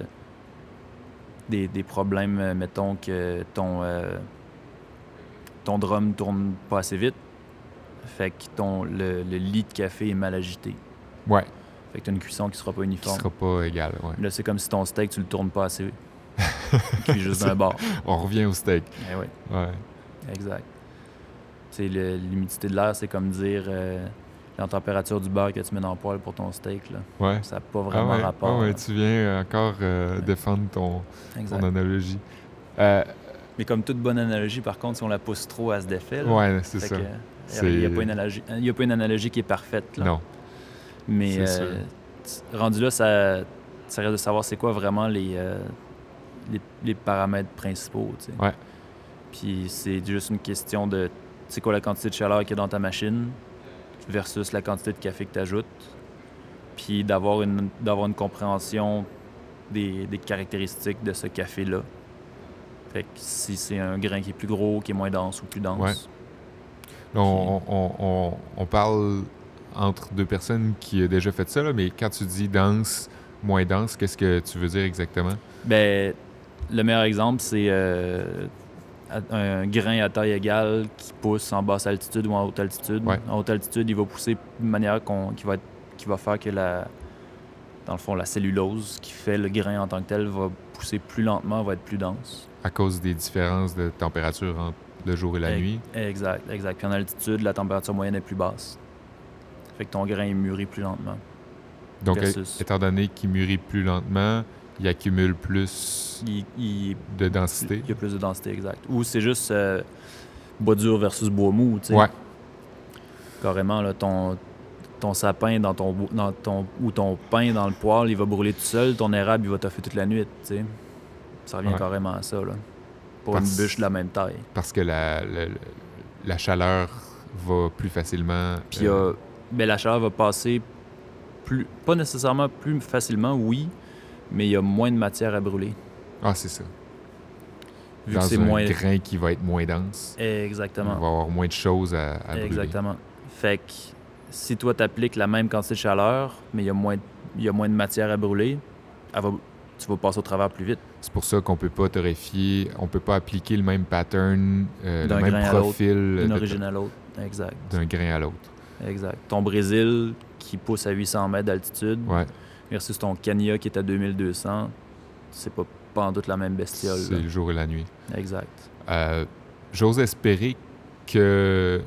des, des problèmes, euh, mettons que ton, euh, ton drum tourne pas assez vite. Fait que ton, le, le lit de café est mal agité. Ouais, Fait que tu as une cuisson qui sera pas qui uniforme. sera pas égal. Ouais. Là, c'est comme si ton steak, tu le tournes pas assez cuit juste d'un bord. On revient au steak. Eh oui, Ouais. exact. Tu sais, le- l'humidité de l'air, c'est comme dire euh, la température du beurre que tu mets dans le poêle pour ton steak. Là. Ouais. Ça n'a pas Ah vraiment ouais, rapport. ah ouais, là. tu viens encore euh, Ouais. défendre ton, Exact. ton analogie. Euh, Mais comme toute bonne analogie, par contre, si on la pousse trop, elle se défait. Là. ouais, c'est Fait ça. que, C'est- il n'y a, pas une analogie- il y a pas une analogie qui est parfaite. Là. Non, Mais c'est euh, sûr. t- rendu là, ça, ça reste de savoir c'est quoi vraiment les, euh, les, les paramètres principaux. tu sais. Ouais. Puis c'est juste une question de c'est quoi la quantité de chaleur qu'il y a dans ta machine versus la quantité de café que tu ajoutes. Puis d'avoir une, d'avoir une compréhension des, des caractéristiques de ce café-là. Fait que si c'est un grain qui est plus gros, qui est moins dense ou plus dense. Ouais. Là, on, on, on, on parle entre deux personnes qui ont déjà fait ça, là, mais quand tu dis dense, moins dense, qu'est-ce que tu veux dire exactement? Ben, le meilleur exemple, c'est euh, à- un grain à taille égale qui pousse en basse altitude ou en haute altitude. Ouais. En haute altitude, il va pousser d'une manière qu'on, qui, va être, qui va faire que la, dans le fond, la cellulose qui fait le grain en tant que tel va pousser plus lentement, va être plus dense. À cause des différences de température entre le jour et la Ex- nuit? Exact, exact. Puis en altitude, la température moyenne est plus basse. Fait que ton grain est mûri plus lentement. Donc, versus- étant donné qu'il mûrit plus lentement, il accumule plus Il, il- de densité? il y a plus de densité, exact. Ou c'est juste euh, bois dur versus bois mou, tu sais. Ouais. Carrément, là, ton, ton sapin dans ton, bo- dans ton, ou ton pain dans le poêle, il va brûler tout seul. Ton érable, il va toffer toute la nuit, tu sais. Ça revient Ouais. carrément à ça, là. Pour Parce- une bûche de la même taille. Parce que la, la, la chaleur va plus facilement... Puis il y a- euh, ben, la chaleur va passer plus, pas nécessairement plus facilement, oui, mais il y a moins de matière à brûler. Ah, c'est ça. Vu Dans que c'est un moins. grain qui va être moins dense, il va Exactement. y avoir moins de choses à, à brûler. Exactement. Fait que si toi, tu appliques la même quantité de chaleur, mais il y a moins, il y a moins de matière à brûler, elle va- tu vas passer au travers plus vite. C'est pour ça qu'on peut pas torréfier, on peut pas appliquer le même pattern, euh, le D'un même grain à l'autre, profil D'une de- origine à l'autre. Exact. d'un grain à l'autre. Exact. Ton Brésil qui pousse à huit cents mètres d'altitude Ouais, versus ton Kenya qui est à deux mille deux cents, c'est pas, pas en doute la même bestiole. c'est là. le jour et la nuit. Exact. Euh, J'ose espérer que,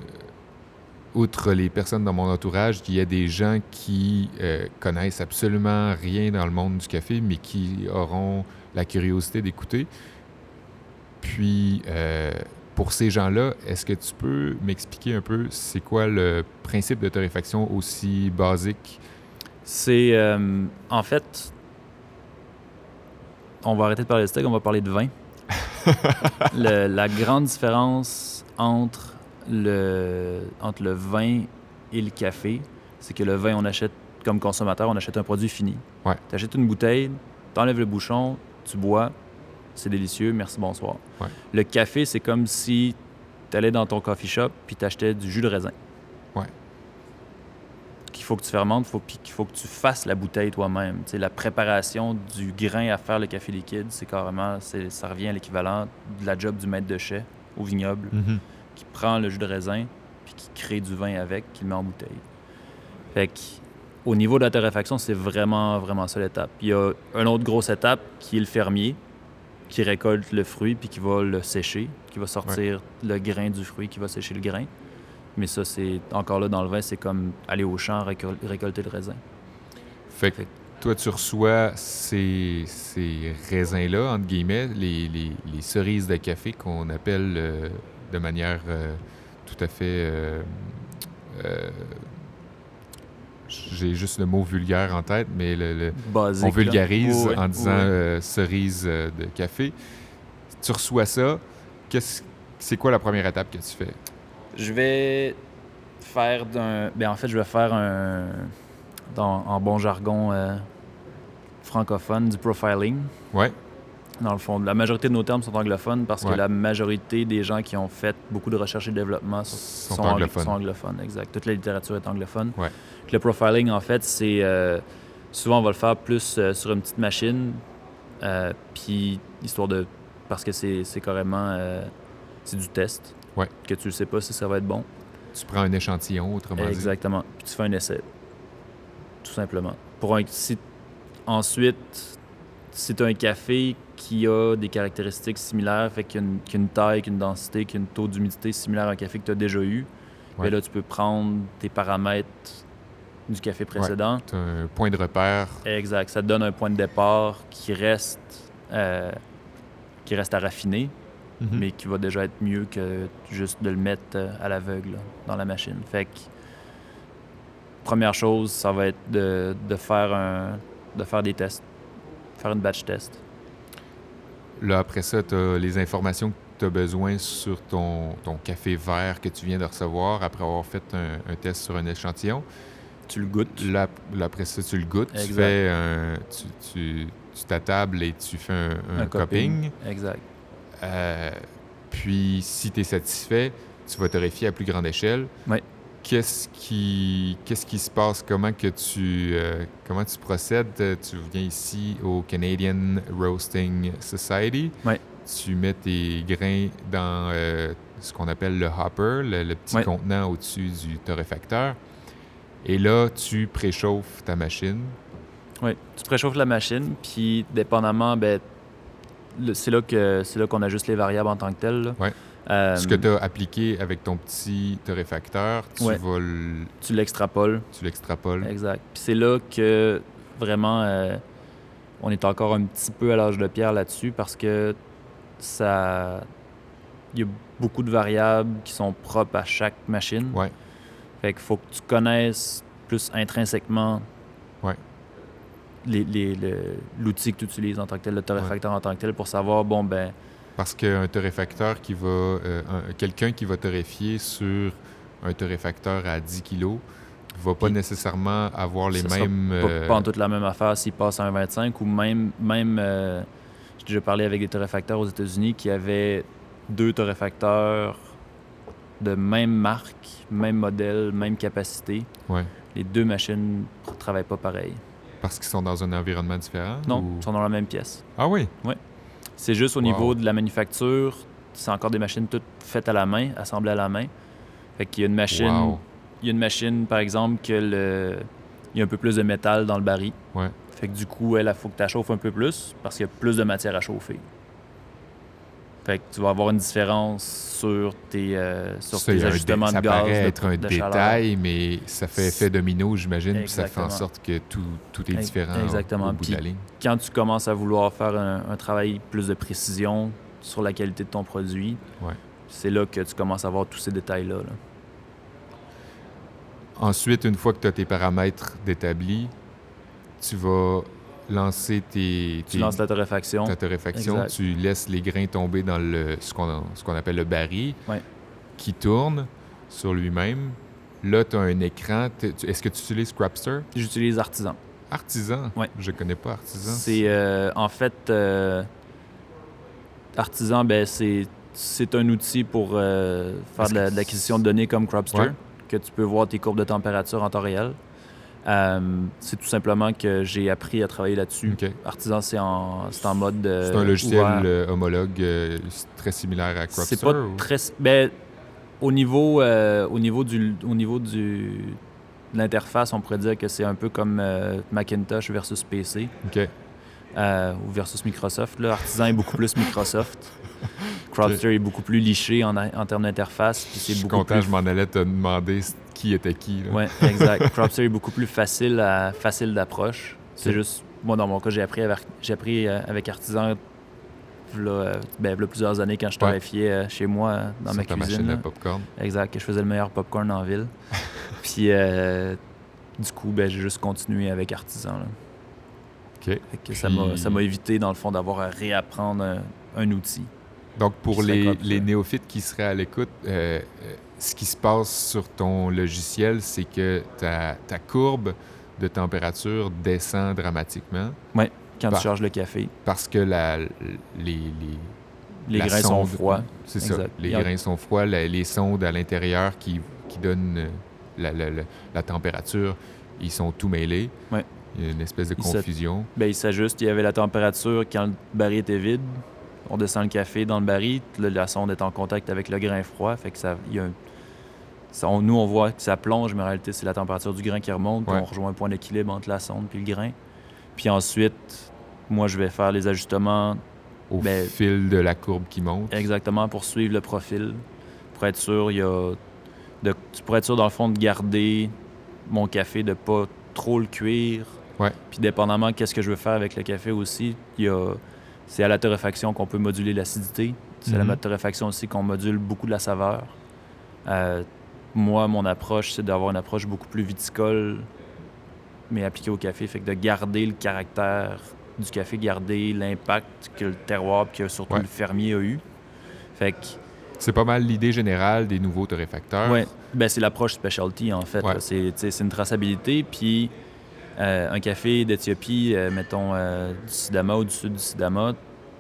outre les personnes dans mon entourage, qu'il y a des gens qui euh, connaissent absolument rien dans le monde du café, mais qui auront la curiosité d'écouter. Puis, euh, pour ces gens-là, est-ce que tu peux m'expliquer un peu c'est quoi le principe de torréfaction aussi basique? C'est. euh, en fait, on va arrêter de parler de steak, on va parler de vin. Le- la grande différence entre le, entre le vin et le café, c'est que le vin, on achète, comme consommateur, on achète un produit fini. Ouais. Tu achètes une bouteille, tu enlèves le bouchon, tu bois, c'est délicieux, merci, bonsoir. Ouais. Le café, c'est comme si tu allais dans ton coffee shop puis tu achetais du jus de raisin. Ouais. Qu'il faut que tu fermentes, faut, puis qu'il faut que tu fasses la bouteille toi-même. Tu sais, la préparation du grain à faire le café liquide, c'est carrément, c'est, ça revient à l'équivalent de la job du maître de chai au vignoble, Mhm. qui prend le jus de raisin puis qui crée du vin avec, qui le met en bouteille. Fait que, au niveau de la torréfaction, c'est vraiment, vraiment ça l'étape. Il y a une autre grosse étape qui est le fermier, qui récolte le fruit puis qui va le sécher, qui va sortir le grain du fruit, qui va sécher le grain. Mais ça, c'est encore là dans le vin, c'est comme aller au champ récol- récolter le raisin. Fait que Fait- toi, tu reçois ces, ces raisins-là, entre guillemets, les, les- les cerises de café qu'on appelle euh, de manière euh, tout à fait... euh, euh, j'ai juste le mot vulgaire en tête, mais le, le- Basique. on là. vulgarise Oui, oui, en disant oui. euh, cerise euh, de café. Tu reçois ça, qu'est-ce, c'est quoi la première étape que tu fais? Je vais faire d'un. Ben, en fait, je vais faire un. Dans, en bon jargon euh, francophone, du profiling. Ouais, Dans le fond, la majorité de nos termes sont anglophones parce Ouais. que la majorité des gens qui ont fait beaucoup de recherche et développement sont, Sont ang- anglophones. sont anglophones, exact. Toute la littérature est anglophone. Ouais. Puis le profiling, en fait, c'est... euh, souvent, on va le faire plus euh, sur une petite machine, euh, puis histoire de... Parce que c'est, c'est carrément... euh, c'est du test. Ouais. Que tu ne sais pas si ça va être bon. tu prends un échantillon, autrement dit. Exactement. Puis tu fais un essai. Tout simplement. Pour un... Si... Ensuite, c'est un café qui a des caractéristiques similaires, fait qu'il y a une, qu'il y a une taille, qu'il y a une densité, qu'il y a une taux d'humidité similaire à un café que tu as déjà eu. Ouais. Et là, tu peux prendre tes paramètres du café précédent. Ouais, tu as un point de repère. Exact. Ça te donne un point de départ qui reste, euh, qui reste à raffiner, Mm-hmm. mais qui va déjà être mieux que juste de le mettre euh, à l'aveugle là, dans la machine. Fait que, première chose, ça va être de, de, faire, un, de faire des tests, faire une batch test. Là, après ça, tu as les informations que tu as besoin sur ton, ton café vert que tu viens de recevoir après avoir fait un, un test sur un échantillon. Tu le goûtes. Là, là, après ça, tu le goûtes. Exact. Tu fais un, tu, tu, tu t'attables et tu fais un, un, Un cupping. cupping. Exact. Euh, puis, si tu es satisfait, tu vas torréfier à plus grande échelle. Oui. Qu'est-ce qui, qu'est-ce qui se passe? Comment que tu, euh, comment tu procèdes? Tu viens ici au Canadian Roasting Society. Oui. Tu mets tes grains dans euh, ce qu'on appelle le hopper, le, le petit oui. contenant au-dessus du torréfacteur. Et là, tu préchauffes ta machine. Oui, tu préchauffes la machine, puis dépendamment, ben, le, c'est là que c'est là qu'on ajuste les variables en tant que telles. Oui. Euh, Ce que tu as appliqué avec ton petit torréfacteur, tu ouais. vas le... Tu l'extrapoles. Tu l'extrapoles. Exact. Puis c'est là que vraiment, euh, on est encore un petit peu à l'âge de pierre là-dessus parce que ça... Il y a beaucoup de variables qui sont propres à chaque machine. Ouais. Fait qu'il faut que tu connaisses plus intrinsèquement ouais. les, les, le, l'outil que tu utilises en tant que tel, le torréfacteur ouais. en tant que tel, pour savoir, bon, ben... Parce qu'un torréfacteur qui va... Euh, un, quelqu'un qui va torréfier sur un torréfacteur à dix kilos va pas Puis, nécessairement avoir les mêmes... Pas, euh... pas en toute la même affaire s'il passe à un vingt-cinq ou même... même euh, j'ai déjà parlé avec des torréfacteurs aux États-Unis qui avaient deux torréfacteurs de même marque, même modèle, même capacité. Ouais. Les deux machines ne travaillent pas pareil. Parce qu'ils sont dans un environnement différent? Non, ou... ils sont dans la même pièce. Ah oui? Oui. C'est juste au wow. niveau de la manufacture, c'est encore des machines toutes faites à la main, assemblées à la main. Fait qu'il y a une machine, wow. il y a une machine, par exemple, que le... il y a un peu plus de métal dans le baril. Ouais. Fait que du coup, elle, il faut que tu la chauffes un peu plus parce qu'il y a plus de matière à chauffer. Fait que tu vas avoir une différence sur tes, euh, sur ça, tes ajustements dé- de gaz. Ça paraît de, être un de détail, chaleur. mais ça fait effet domino, j'imagine, puis ça fait en Exactement. sorte que tout, tout est différent Exactement. au, au bout Puis, de la ligne. Quand tu commences à vouloir faire un, un travail plus de précision sur la qualité de ton produit, ouais. c'est là que tu commences à voir tous ces détails-là. Là. Ensuite, une fois que tu as tes paramètres d'établis, tu vas lancer tes... Tu tes lances la torréfaction. Ta torréfaction, exact. tu laisses les grains tomber dans le, ce, qu'on, ce qu'on appelle le baril, ouais. qui tourne sur lui-même. Là, tu as un écran. Est-ce que tu utilises Crapster? J'utilise Artisan. Artisan? Oui. Je connais pas Artisan. C'est, euh, en fait, euh, Artisan, ben, c'est, c'est un outil pour euh, faire de, la, de l'acquisition de données comme Crapster, ouais. que tu peux voir tes courbes de température en temps réel. Euh, c'est tout simplement que j'ai appris à travailler là-dessus. Okay. Artisan, c'est en, c'est en mode euh, C'est un logiciel ouvert. homologue euh, très similaire à Crapster? C'est pas ou... très... Ben, au niveau, euh, au niveau, du, au niveau du, de l'interface, on pourrait dire que c'est un peu comme euh, Macintosh versus P C. OK. Euh, ou versus Microsoft. Là. Artisan est beaucoup plus Microsoft. Crapster okay. est beaucoup plus liché en, en termes d'interface. Puis c'est je suis beaucoup content, plus... je m'en allais te demander qui était qui. Oui, exact. Crapster est beaucoup plus facile, à, facile d'approche. C'est okay. juste, moi dans mon cas, j'ai appris avec, j'ai appris avec Artisan là, ben, là, plusieurs années quand je torréfiais ouais. chez moi dans sur ma ta cuisine. Machine là. à popcorn. Exact, que je faisais le meilleur popcorn en ville. Puis euh, du coup, ben, j'ai juste continué avec Artisan. Là. OK. Fait que Puis... ça, m'a, ça m'a évité, dans le fond, d'avoir à réapprendre un, un outil. Donc, pour les, les néophytes qui seraient à l'écoute, euh, ce qui se passe sur ton logiciel, c'est que ta, ta courbe de température descend dramatiquement. Oui, quand par, tu charges le café. Parce que la, les, les, les la grains sonde, sont froids. C'est exact. ça. Les grains sont froids. La, les sondes à l'intérieur qui, qui donnent la, la, la, la température, ils sont tout mêlés. Oui. Il y a une espèce de confusion. Ben, il s'ajuste. Il y avait la température quand le baril était vide. On descend le café dans le baril, là, la sonde est en contact avec le grain froid, fait que ça, y a un, ça on, nous on voit que ça plonge, mais en réalité c'est la température du grain qui remonte, ouais. puis on rejoint un point d'équilibre entre la sonde et le grain. Puis ensuite, moi, je vais faire les ajustements Au ben, fil de la courbe qui monte. exactement pour suivre le profil. Pour être sûr, il y a de, pour être sûr, dans le fond, de garder mon café, de pas trop le cuire. Ouais. Puis dépendamment de qu'est-ce que je veux faire avec le café aussi, il y a, c'est à la torréfaction qu'on peut moduler l'acidité. C'est Mhm. à la torréfaction aussi qu'on module beaucoup de la saveur. Euh, moi, mon approche, c'est d'avoir une approche beaucoup plus viticole, mais appliquée au café. Fait que de garder le caractère du café, garder l'impact que le terroir, puis que surtout Ouais. le fermier a eu. Fait que, C'est pas mal l'idée générale des nouveaux torréfacteurs. ouais, ben c'est l'approche specialty, en fait. Ouais. là. C'est, tu sais, c'est une traçabilité, puis euh, un café d'Éthiopie, euh, mettons euh, du Sidama ou du sud du Sidama,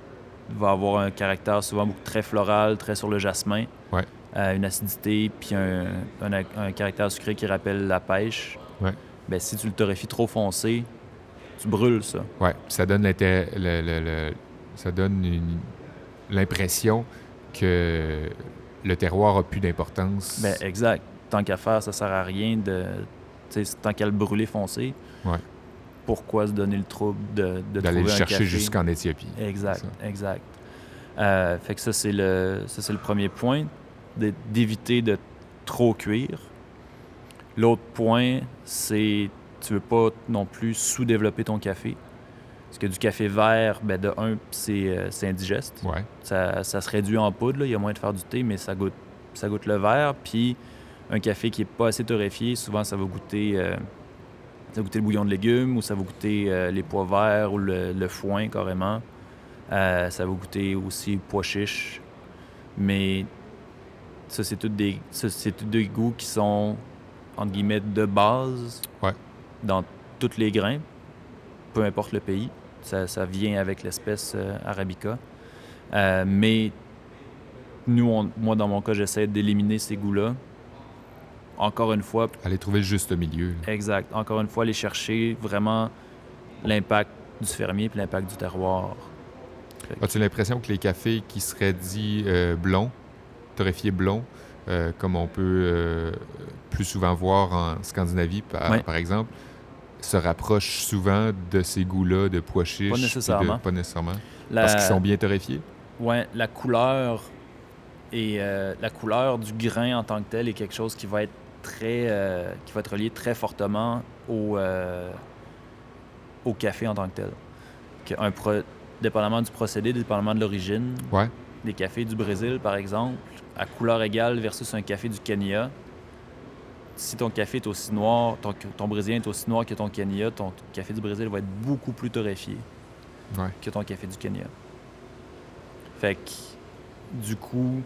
va avoir un caractère souvent beaucoup très floral, très sur le jasmin. Ouais. Euh, une acidité, puis un, un, un caractère sucré qui rappelle la pêche. Ouais. Ben, si tu le torréfies trop foncé, tu brûles ça. Ouais. Ça donne, l'inté- le, le, le- ça donne une- l'impression que le terroir a plus d'importance. Ben, exact. Tant qu'à faire, ça sert à rien de. Tu sais, tant qu'à le brûler foncé, Ouais. pourquoi se donner le trouble de, de D'aller trouver le un chercher café? jusqu'en Éthiopie. Exact, C'est exact. Euh, fait que ça, c'est le, ça, c'est le premier point, de- d'éviter de trop cuire. L'autre point, c'est tu veux pas non plus sous-développer ton café. Parce que du café vert, ben de un, c'est, euh, c'est indigeste. Ouais. Ça, ça se réduit en poudre, là. Il y a moyen de faire du thé, mais ça goûte, ça goûte le vert. Puis un café qui est pas assez torréfié, souvent ça va goûter, euh, ça va goûter le bouillon de légumes, ou ça va goûter euh, les pois verts, ou le, le foin carrément. Euh, ça va goûter aussi le pois chiche. Mais ça, c'est tous des, ça, c'est tous des goûts qui sont, entre guillemets, de base Ouais. dans tous les grains, peu importe le pays. Ça, ça vient avec l'espèce euh, Arabica. Euh, mais nous, on- moi, dans mon cas, j'essaie d'éliminer ces goûts-là. Encore une fois, Aller trouver le juste milieu. là. exact. Encore une fois, aller chercher vraiment l'impact du fermier puis l'impact du terroir. As-tu l'impression que les cafés qui seraient dits euh, blonds, torréfiés blonds, euh, comme on peut euh, plus souvent voir en Scandinavie, par, Ouais. par exemple, se rapprochent souvent de ces goûts-là de pois chiches? Pas puis nécessairement. De, pas nécessairement. La, Parce qu'ils sont bien torréfiés? ouais, la couleur et euh, la couleur du grain en tant que tel est quelque chose qui va être très, euh, qui va être relié très fortement au, euh, au café en tant que tel. Que un pro- dépendamment du procédé, dépendamment de l'origine, Ouais. des cafés du Brésil, par exemple, à couleur égale versus un café du Kenya, si ton café est aussi noir, ton, ton Brésilien est aussi noir que ton Kenya, ton café du Brésil va être beaucoup plus torréfié Ouais. que ton café du Kenya. Fait que, du coup,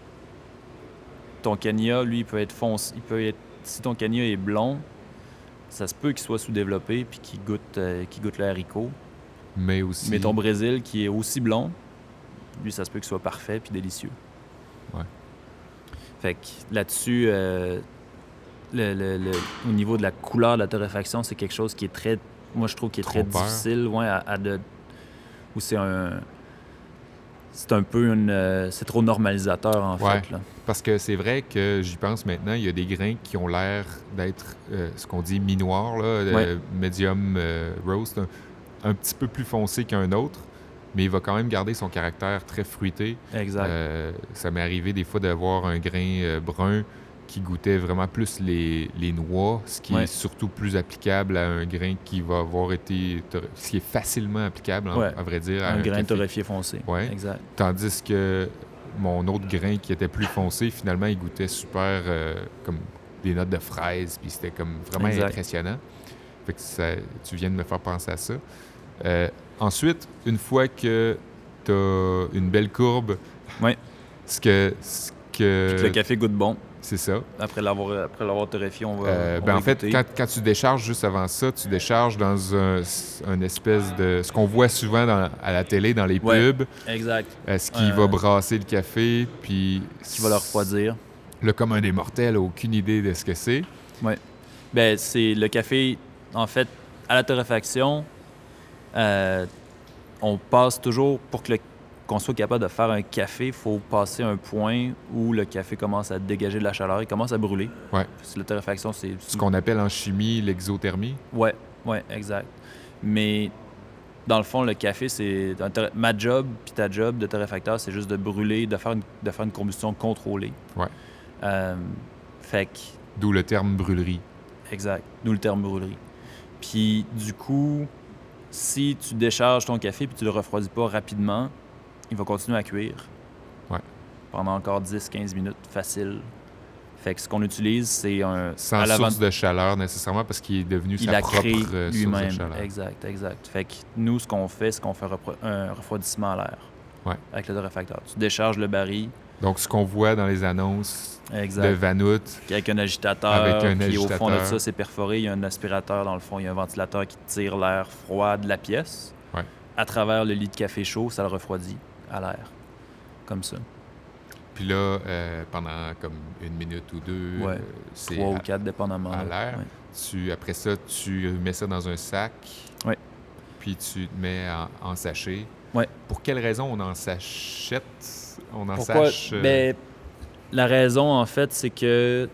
ton Kenya, lui, il peut être foncé. Il peut être, si ton Kenya est blond, ça se peut qu'il soit sous-développé puis qu'il goûte, euh, qu'il goûte le haricot. Mais aussi... Mais ton Brésil, qui est aussi blond, lui, ça se peut qu'il soit parfait puis délicieux. Ouais. Fait que là-dessus, euh, le, le- le- au niveau de la couleur de la torréfaction, c'est quelque chose qui est très, moi je trouve qui est très Trompeur. difficile, ouais, à, à de, où c'est un, c'est un peu une, euh, c'est trop normalisateur en Ouais. fait là. Parce que c'est vrai que j'y pense maintenant, il y a des grains qui ont l'air d'être euh, ce qu'on dit mi-noir, là, euh, Ouais. medium euh, roast, un, un petit peu plus foncé qu'un autre, mais il va quand même garder son caractère très fruité. Exact. Euh, ça m'est arrivé des fois d'avoir un grain euh, brun qui goûtait vraiment plus les, les noix, ce qui Ouais. est surtout plus applicable à un grain qui va avoir été... tor- ce qui est facilement applicable, en- Ouais. à vrai dire, à un un grain café. torréfié foncé. Ouais. Exact. Tandis que mon autre grain qui était plus foncé, finalement, il goûtait super euh, comme des notes de fraises, puis c'était comme vraiment Exact. impressionnant. Fait que ça, tu viens de me faire penser à ça. Euh, ensuite, une fois que tu as une belle courbe, Ouais. ce que... Ce que Puis que le café goûte bon. c'est ça. Après l'avoir, après l'avoir torréfié, on va. Euh, on ben va en fait, goûter. quand, quand tu décharges juste avant ça, tu décharges dans un, un espèce de... Ce qu'on voit souvent dans- à la télé, dans les Ouais. pubs, Exact. euh, ce qui Euh, va brasser le café, puis... Qui va le refroidir. Le commun des mortels n'a aucune idée de ce que c'est. Ben, c'est le café, en fait, à la torréfaction, euh, on passe toujours, pour que le- qu'on soit capable de faire un café, il faut passer un point où le café commence à dégager de la chaleur, il commence à brûler. Ouais. Parce que la torréfaction, c'est... Ce qu'on appelle en chimie l'exothermie. Ouais, ouais, exact. Mais dans le fond, le café, c'est... un torré- Ma job puis ta job de torréfacteur, c'est juste de brûler, de faire une, de faire une combustion contrôlée. Ouais. Euh, fait que, D'où le terme brûlerie. exact, d'où le terme brûlerie. Puis du coup, si tu décharges ton café puis tu le refroidis pas rapidement, il va continuer à cuire. Ouais. Pendant encore dix à quinze minutes, facile. Fait que ce qu'on utilise, c'est un... Sans à l'avant- source de chaleur nécessairement parce qu'il est devenu Il sa a propre créé euh, source de lui-même. chaleur. Exact, exact. Fait que nous, ce qu'on fait, c'est qu'on fait repro- un refroidissement à l'air. Ouais. Avec le torréfacteur. Tu décharges le baril. Donc, ce qu'on voit dans les annonces Exact. de Vanout, Avec un agitateur. Avec un Puis au fond de agitateur. ça, c'est perforé. Il y a un aspirateur dans le fond. Il y a un ventilateur qui tire l'air froid de la pièce. Ouais. À travers le lit de café chaud, ça le refroidit à l'air. Comme ça. puis là, euh, pendant comme une minute ou deux, Ouais. euh, c'est Trois ou à, quatre, dépendamment. à là. l'air. Ouais. Tu, après ça, tu mets ça dans un sac. Ouais. Puis tu te mets en, en sachet. Ouais. Pour quelle raison on en sachette? On en Pourquoi? sache... euh, Ben, la raison, en fait, c'est que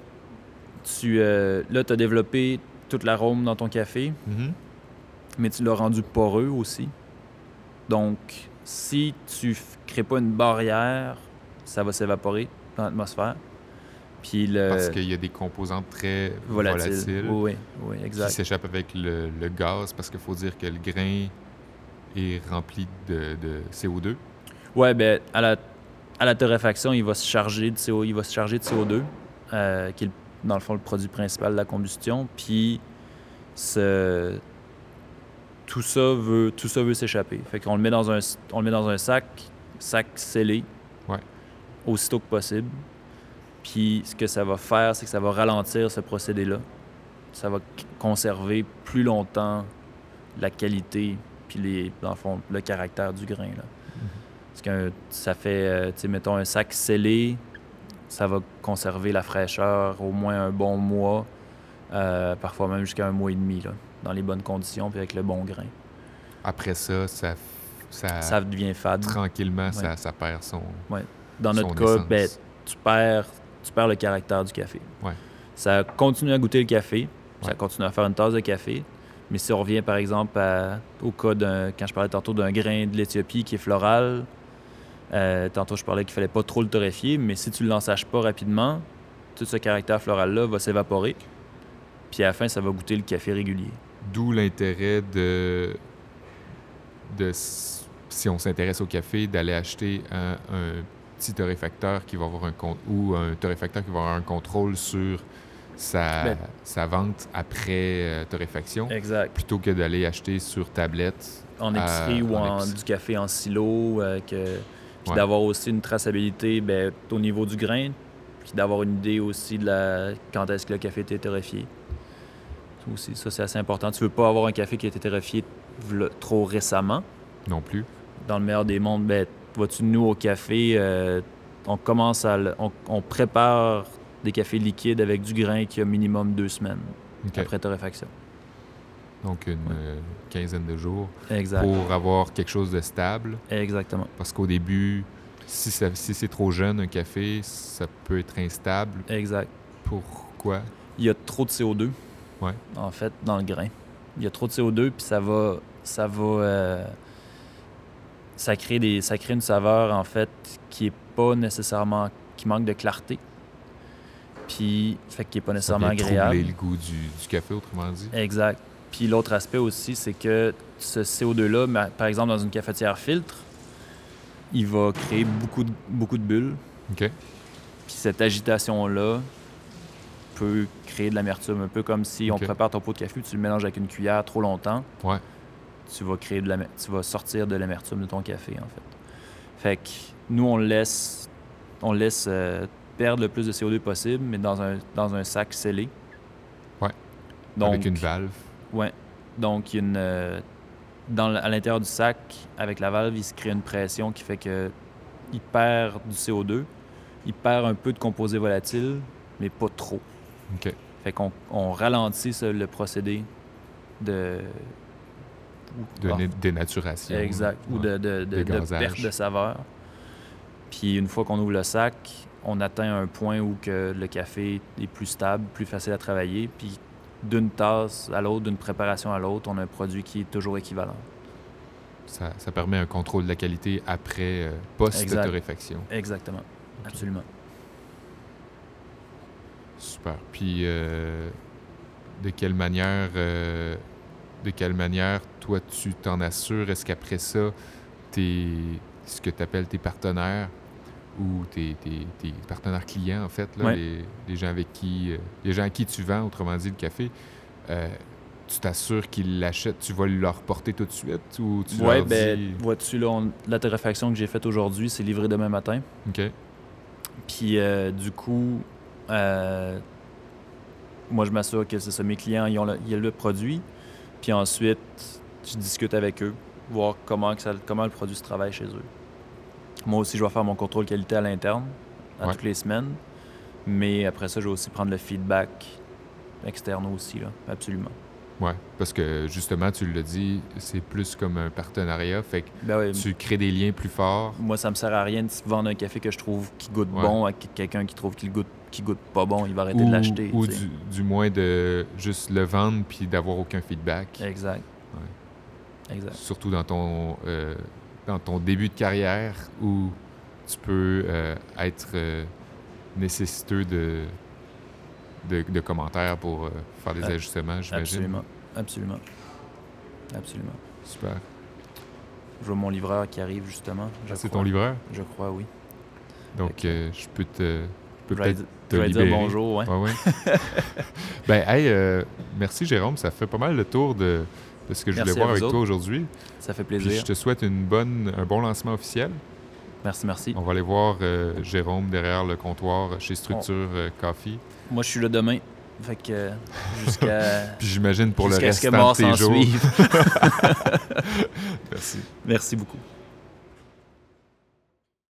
tu euh, là, tu as développé toute l'arôme dans ton café, mhm. mais tu l'as rendu poreux aussi. Donc, si tu f- crées pas une barrière, ça va s'évaporer dans l'atmosphère. Puis le... Parce qu'il y a des composantes très volatile. volatiles Oui, oui, oui, qui exact. s'échappent avec le, le gaz, parce qu'il faut dire que le grain est rempli de, de C O deux. Ouais, ben à la, à la torréfaction, il va se charger de C O, il va se charger de C O deux, euh, qui est le- dans le fond le produit principal de la combustion. Puis ce... tout ça veut tout ça veut s'échapper. Fait qu'on le met dans un on le met dans un sac, sac scellé. Ouais. Aussitôt que possible. Puis ce que ça va faire, c'est que ça va ralentir ce procédé-là. Ça va c- conserver plus longtemps la qualité puis les dans le fond le caractère du grain là. Parce que ça fait, euh, tu sais, mettons un sac scellé, ça va conserver la fraîcheur au moins un bon mois, euh, parfois même jusqu'à un mois et demi, là, dans les bonnes conditions puis avec le bon grain. Après ça, ça, ça, Ça devient fade. tranquillement, ça, Ouais. ça perd son... Dans notre son cas, essence. ben, tu perds, tu perds le caractère du café. Ouais. Ça continue à goûter le café, ça Ouais. continue à faire une tasse de café, mais si on revient par exemple à- au cas d'un, quand je parlais tantôt d'un grain de l'Éthiopie qui est floral, euh, tantôt je parlais qu'il fallait pas trop le torréfier, mais si tu ne l'ensaches pas rapidement, tout ce caractère floral-là va s'évaporer, puis à la fin, ça va goûter le café régulier. D'où l'intérêt de, de, s- si on s'intéresse au café, d'aller acheter un, un petit torréfacteur qui va avoir un con- ou un torréfacteur qui va avoir un contrôle sur sa, Ben- sa vente après euh, torréfaction, Exact. plutôt que d'aller acheter sur tablette. En à- épicerie ou en en, épicerie. du café en silo, euh, que, puis Ouais. d'avoir aussi une traçabilité ben, au niveau du grain, puis d'avoir une idée aussi de la, quand est-ce que le café était torréfié. Ça aussi, ça c'est assez important. Tu veux pas avoir un café qui a été torréfié v'là trop récemment. Non plus. Dans le meilleur des mondes, ben, vois-tu, nous au café, euh, on commence à, le- on, on prépare des cafés liquides avec du grain qui a minimum deux semaines OK. après torréfaction. Donc une Ouais. euh, quinzaine de jours Exact. pour avoir quelque chose de stable. Exactement. Parce qu'au début, si, ça- si c'est trop jeune, un café, ça peut être instable. Exact. Pourquoi? Il y a trop de C O deux, Ouais. en fait, dans le grain. Il y a trop de C O deux, puis ça va... Ça va... euh, ça, crée des, ça crée une saveur, en fait, qui est pas nécessairement... qui manque de clarté. Puis, fait qui est pas Ça nécessairement vient agréable. troubler le goût du, du café, autrement dit. Exact. Puis l'autre aspect aussi, c'est que ce C O deux-là, ma- par exemple, dans une cafetière filtre, il va créer beaucoup de, beaucoup de bulles. OK. Puis cette agitation-là peut créer de l'amertume. Un peu comme si on Ok. prépare ton pot de café, tu le mélanges avec une cuillère trop longtemps, Ouais. tu vas créer de l'amer- tu vas sortir de l'amertume de ton café, en fait. Fait que nous, on le laisse, on le laisse euh, perdre le plus de C O deux possible, mais dans un, dans un sac scellé. Ouais. Donc, Avec une valve. Ouais. Donc, il y a une, euh, dans, l- à l'intérieur du sac, avec la valve, il se crée une pression qui fait que il perd du C O deux, il perd un peu de composés volatiles, mais pas trop. OK. Fait qu'on on ralentit ce- le procédé de... De Ah, né- dénaturation. exact. Ou Ouais. de, de, de- de Dégazage. perte de saveur. Puis une fois qu'on ouvre le sac, on atteint un point où que le café est plus stable, plus facile à travailler. Puis d'une tasse à l'autre, d'une préparation à l'autre, on a un produit qui est toujours équivalent. ça, ça permet un contrôle de la qualité après, euh, post-torréfaction. Exactement. Okay. Absolument. Super. Puis, euh, de quelle manière, euh, de quelle manière, toi, tu t'en assures? Est-ce qu'après ça, tes, ce que tu appelles tes partenaires ou tes, tes, tes partenaires clients, en fait, là, ouais. les, les gens avec qui, euh, les gens à qui tu vends, autrement dit, le café, euh, tu t'assures qu'ils l'achètent, tu vas leur porter tout de suite ou tu ouais, leur ben, dis... vois-tu, là, on, la torréfaction que j'ai faite aujourd'hui, c'est livré demain matin. OK. Puis, euh, du coup, euh, moi, je m'assure que c'est ça, mes clients, ils ont le, ils ont le produit. Puis ensuite, je discute avec eux, voir comment, que ça, comment le produit se travaille chez eux. Moi aussi, je vais faire mon contrôle qualité à l'interne, à Ouais. toutes les semaines. Mais après ça, je vais aussi prendre le feedback externe aussi, là, absolument. Oui, parce que justement, tu l'as dit, c'est plus comme un partenariat, fait que ben oui, tu crées des liens plus forts. Moi, ça me sert à rien de vendre un café que je trouve qui goûte ouais. bon à quelqu'un qui trouve qu'il goûte, qui goûte pas bon, il va arrêter ou, de l'acheter. Ou du, du moins de juste le vendre puis d'avoir aucun feedback. Exact. Ouais. Exact. Surtout dans ton, euh, dans ton début de carrière où tu peux euh, être euh, nécessiteux de... De, de commentaires pour euh, faire des ajustements, j'imagine. Absolument, absolument. Absolument. Super. Je vois mon livreur qui arrive, justement. Ah, c'est ton livreur? Je crois, oui. Donc, okay. euh, je peux te... Je peux je peut-être te je vais libérer. dire bonjour, ouais. ouais, ouais. ben, hey, euh, merci Jérôme, ça fait pas mal le tour de, de ce que je merci voulais voir avec autres. toi aujourd'hui. Ça fait plaisir. Puis je te souhaite une bonne, un bon lancement officiel. Merci, merci. On va aller voir euh, Jérôme derrière le comptoir chez Structure euh, Coffee. Moi, je suis là demain. Fait que euh, jusqu'à. Puis j'imagine pour le restant de tes jours. Merci. Merci. Merci beaucoup.